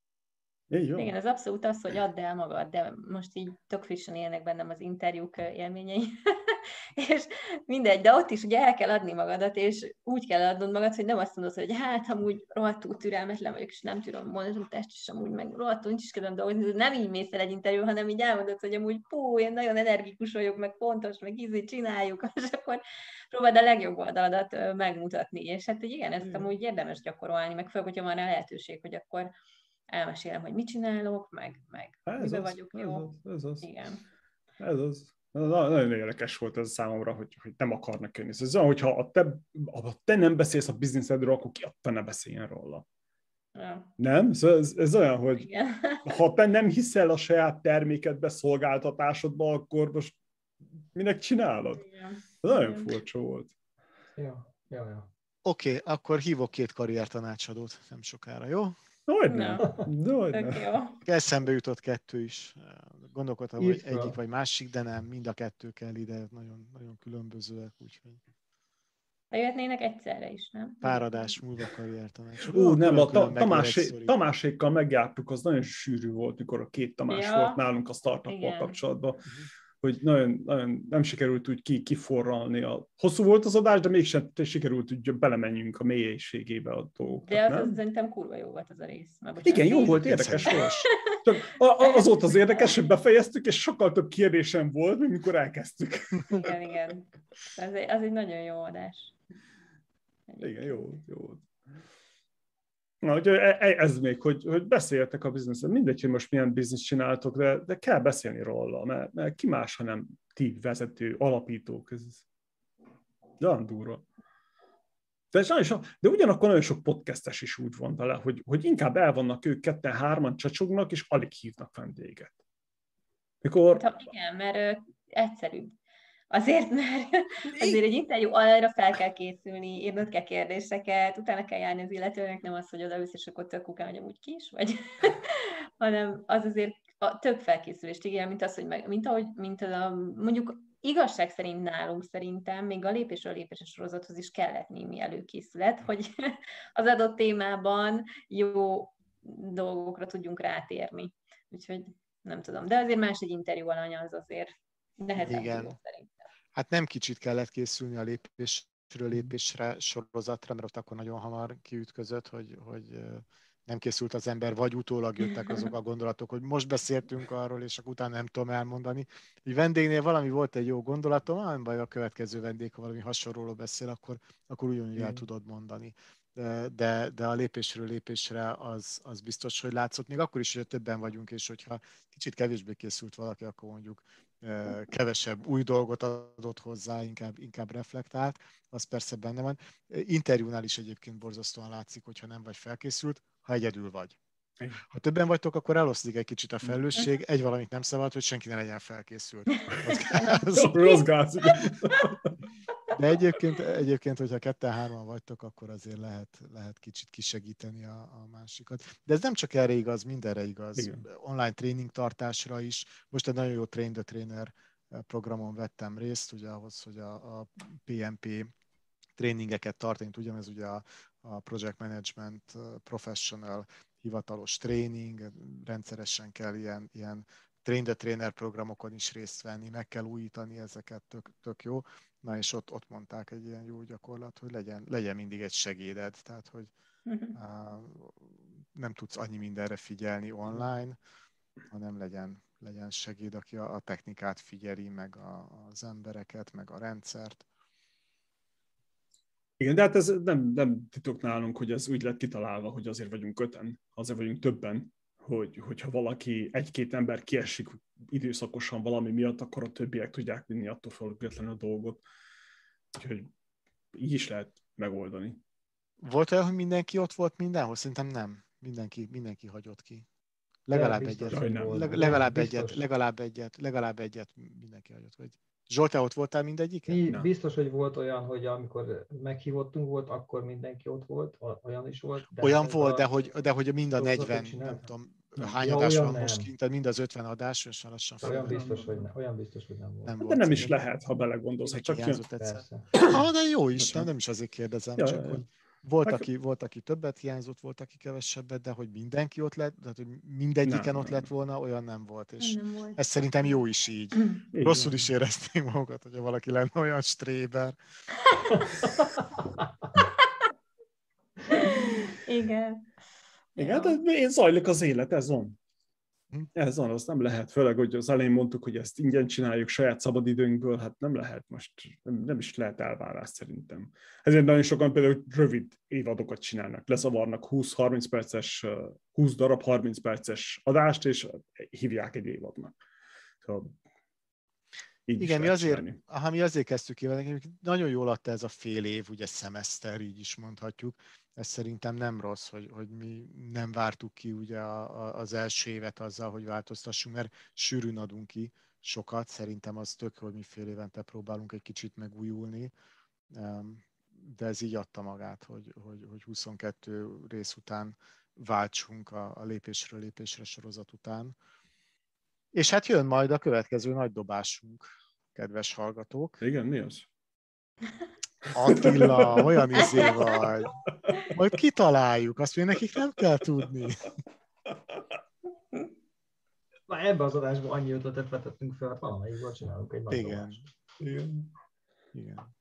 Igen, ez abszolút az, hogy add el magad, de most így tök frissen élnek bennem az interjúk élményei. és mindegy, de ott is ugye el kell adni magadat, és úgy kell adnod magad, hogy nem azt mondod, hogy hát amúgy rohadtul türelmetlen vagyok, és nem tudom mondatást, és amúgy meg rohadtul nincs is kedvem dolgozni, nem így mész el egy interjú, hanem így elmondod, hogy amúgy pú, én nagyon energikus vagyok, meg fontos, meg ízét csináljuk, és akkor próbáld a legjobb oldaladat megmutatni, és hát hogy igen, ezt amúgy érdemes gyakorolni, meg főleg, hogyha van rá lehetőség, hogy akkor elmesélem, hogy mit csinálok, meg, meg miben vagyok ez jó. Az, ez az. Igen. Ez az. Na, nagyon érdekes volt ez számomra, hogy, hogy nem akarnak jönni. Ez olyan, hogyha a te, a te nem beszélsz a bizniszedről, akkor ki a te ne beszéljen róla. Ja. Nem? Szóval ez, ez olyan, hogy Igen. ha te nem hiszel a saját termékedbe, szolgáltatásodba, akkor most minek csinálod? Igen. Ez nagyon Igen. furcsa volt. Ja, ja, ja. Oké, okay, akkor hívok két karriertanácsadót nem sokára, jó? Hogy nem? Hogy Tök nem? jó. Eszembe jutott kettő is. Gondolkodtam, Írd hogy fel. egyik vagy másik, de nem, mind a kettő kell ide, nagyon, nagyon különbözőek, úgyhogy Bejöhetnének egyszerre is, nem? pár adás múlva karriertanácsadó. Ú, nem, a Külön-külön ta, megér egy Tamásé, sztori. Tamásékkal megjártuk, az nagyon sűrű volt, mikor a két Tamás Ja. volt nálunk a startup-val Igen. kapcsolatban, hogy nagyon, nagyon nem sikerült úgy ki, kiforralni. A... Hosszú volt az adás, de mégsem sikerült úgy belemenjünk a mélységébe a dolgoknak, De az, nem? az szerintem kurva jó volt az a rész. Már Igen, jó bocsánat. volt, érdekes volt. Csak a- az volt az érdekes, hogy befejeztük, és sokkal több kérdésem volt, mint mikor elkezdtük. Igen, igen. Az egy, az egy nagyon jó adás. Igen, jó volt, jó volt. Na, hogy e- e- ez még, hogy, hogy beszéltek a bizniszről. Mindegy, hogy most milyen bizniszt csináltok, de, de kell beszélni róla, mert, mert ki más, hanem ti vezető, alapítók. Ez olyan durva. De, nagyon, de ugyanakkor nagyon sok podcastes is úgy van vele, hogy, hogy inkább el vannak ők ketten, hárman csacsognak, és alig hívnak vendéget. Mikor... Hát, igen, mert ö, egyszerűbb. Azért, mert azért egy interjú arra fel kell készülni, írnod kell kérdéseket, utána kell járni az illetőnek, nem az, hogy odaülsz, és akkor tök kukán, hogy amúgy ki is vagy, hanem az azért a több felkészülést igényel, mint az, hogy meg, mint ahogy, mint a, mondjuk igazság szerint nálunk szerintem még a lépésről lépésre sorozathoz is kellett némi előkészület, hogy az adott témában jó dolgokra tudjunk rátérni. Úgyhogy nem tudom. De azért más egy interjú alanya, az azért nehezebb Igen. szerintem. Hát nem kicsit kellett készülni a lépésről lépésre sorozatra, mert ott akkor nagyon hamar kiütközött, hogy, hogy nem készült az ember, vagy utólag jöttek azok a gondolatok, hogy most beszéltünk arról, és akkor utána nem tudom elmondani. Egy vendégnél valami volt egy jó gondolatom, nem baj, a következő vendég, ha valami hasonlóról beszél, akkor, akkor ugyanúgy el tudod mondani. De, de, de a lépésről lépésre az, az biztos, hogy látszott. Még akkor is, hogy többen vagyunk, és hogyha kicsit kevésbé készült valaki, akkor mondjuk kevesebb új dolgot adott hozzá, inkább, inkább reflektált, az persze benne van. Interjúnál is egyébként borzasztóan látszik, hogyha nem vagy felkészült, ha egyedül vagy. Ha többen vagytok, akkor eloszlik egy kicsit a felelősség, egy valamit nem szabad, hogy senki ne legyen felkészült. Rossz gáz. De egyébként, egyébként, hogyha ketten-hárman vagytok, akkor azért lehet, lehet kicsit kisegíteni a, a másikat. De ez nem csak erre igaz, mindenre igaz. Igen. Online tréning tartásra is. Most egy nagyon jó Train the Trainer programon vettem részt, ugye ahhoz, hogy a, a pé em pé tréningeket tartani, ugyanez ugye a, a Project Management Professional hivatalos tréning, rendszeresen kell ilyen, ilyen Train the Trainer programokon is részt venni, meg kell újítani ezeket, tök, tök jó. Na és ott, ott mondták egy ilyen jó gyakorlat, hogy legyen, legyen mindig egy segéded, tehát hogy uh, nem tudsz annyi mindenre figyelni online, hanem legyen, legyen segéd, aki a, a technikát figyeli, meg a, az embereket, meg a rendszert. Igen, de hát ez nem, nem titok nálunk, hogy ez úgy lett kitalálva, hogy azért vagyunk öten, azért vagyunk többen, hogy, hogyha valaki, egy-két ember kiesik időszakosan valami miatt, akkor a többiek tudják vinni attól függetlenül a dolgot. Úgyhogy így is lehet megoldani. Volt olyan, hogy mindenki ott volt mindenhol? Szerintem nem. Mindenki, mindenki hagyott ki. Legalább egyet. Leg, legalább egyet, legalább egyet, legalább egyet mindenki hagyott. Vagy Zsolt, te ott voltál mindegyiken? Mi, biztos, hogy volt olyan, hogy amikor meghívottunk volt, akkor mindenki ott volt, olyan is volt. De olyan volt, a... de, hogy, de hogy mind a negyven, nem tudom, hány ja, adás van nem. most kint, tehát mind az ötven adás, és lassan olyan biztos, hogy ne, olyan biztos, hogy nem volt. Nem volt de nem is lehet, ha belegondolsz. Csak ah, de jó is, nem, nem is azért kérdezem, ja, csak ja. hogy Volt aki, volt, aki többet hiányzott, volt, aki kevesebbet, de hogy mindenki ott lett, tehát hogy mindegyiken nem, ott nem. lett volna, olyan nem volt. És nem volt. ez szerintem jó is így. így Rosszul is érezték magukat, hogyha valaki lenne olyan stréber. Igen. Igen, de én zajlik az élet, ez van. Ez van, az nem lehet. Főleg, hogy az elején mondtuk, hogy ezt ingyen csináljuk saját szabadidőnkből, hát nem lehet most, nem, nem is lehet elvárás szerintem. Ezért nagyon sokan például rövid évadokat csinálnak, lezavarnak húsz-harminc perces, húsz darab harminc perces adást, és hívják egy évadnak. Szóval így igen, mi azért, aha, mi azért kezdtük ki vele, nagyon jól adta ez a fél év, ugye szemeszter, így is mondhatjuk. Ez szerintem nem rossz, hogy, hogy mi nem vártuk ki ugye a, a, az első évet azzal, hogy változtassunk, mert sűrűn adunk ki sokat. Szerintem az tök, hogy mi fél évente próbálunk egy kicsit megújulni, de ez így adta magát, hogy, hogy, hogy huszonkettő rész után váltsunk a, a lépésről lépésre sorozat után. És hát jön majd a következő nagy dobásunk, kedves hallgatók. Igen, mi az? Attila, olyan izé vagy. Majd kitaláljuk, azt még nekik nem kell tudni. Már ebben az adásban annyi ötletet vetettünk fel, hát valamelyikből csinálunk egy nagy Igen. domást. Igen. Igen.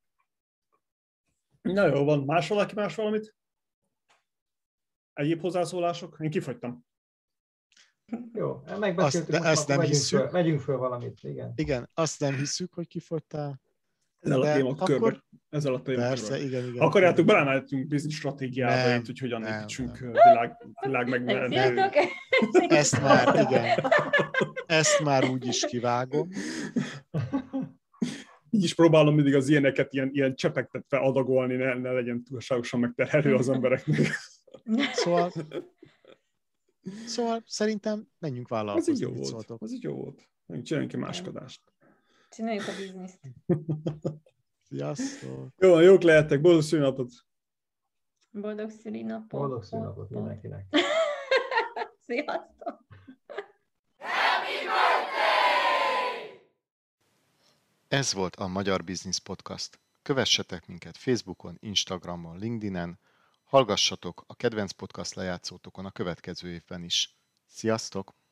Na jó, van más valaki más valamit? Egyéb hozzászólások? Én kifogytam. Jó, megbeszéltük, azt, most akkor megyünk föl, megyünk föl valamit. Igen. Igen, azt nem hiszük, hogy kifogytál. Ezzel a témakörben. Ezzel a Persze, igen, igen. Akarjátok, belemeltünk biznisz stratégiába, nem, hogy hogyan nem, építsünk nem. világ, világ megmenő. Ezt már, igen. Ezt már úgy is kivágom. Így is próbálom mindig az ilyeneket ilyen, ilyen csepegtetve adagolni, ne, ne legyen túlságosan megterhelő az embereknek. Szóval, szóval szerintem menjünk vállalkozni. Az így jó volt. Az így jó volt. Csináljunk egy máskadást. Csináljuk a bizniszt. Sziasztok! Jó, jók lehettek, boldog szülinapot! Boldog szülinapot! Boldog szülinapot mindenkinek! Sziasztok! Ez volt a Magyar Business Podcast. Kövessetek minket Facebookon, Instagramon, LinkedInen, hallgassatok a kedvenc podcast lejátszótokon a következő évben is. Sziasztok!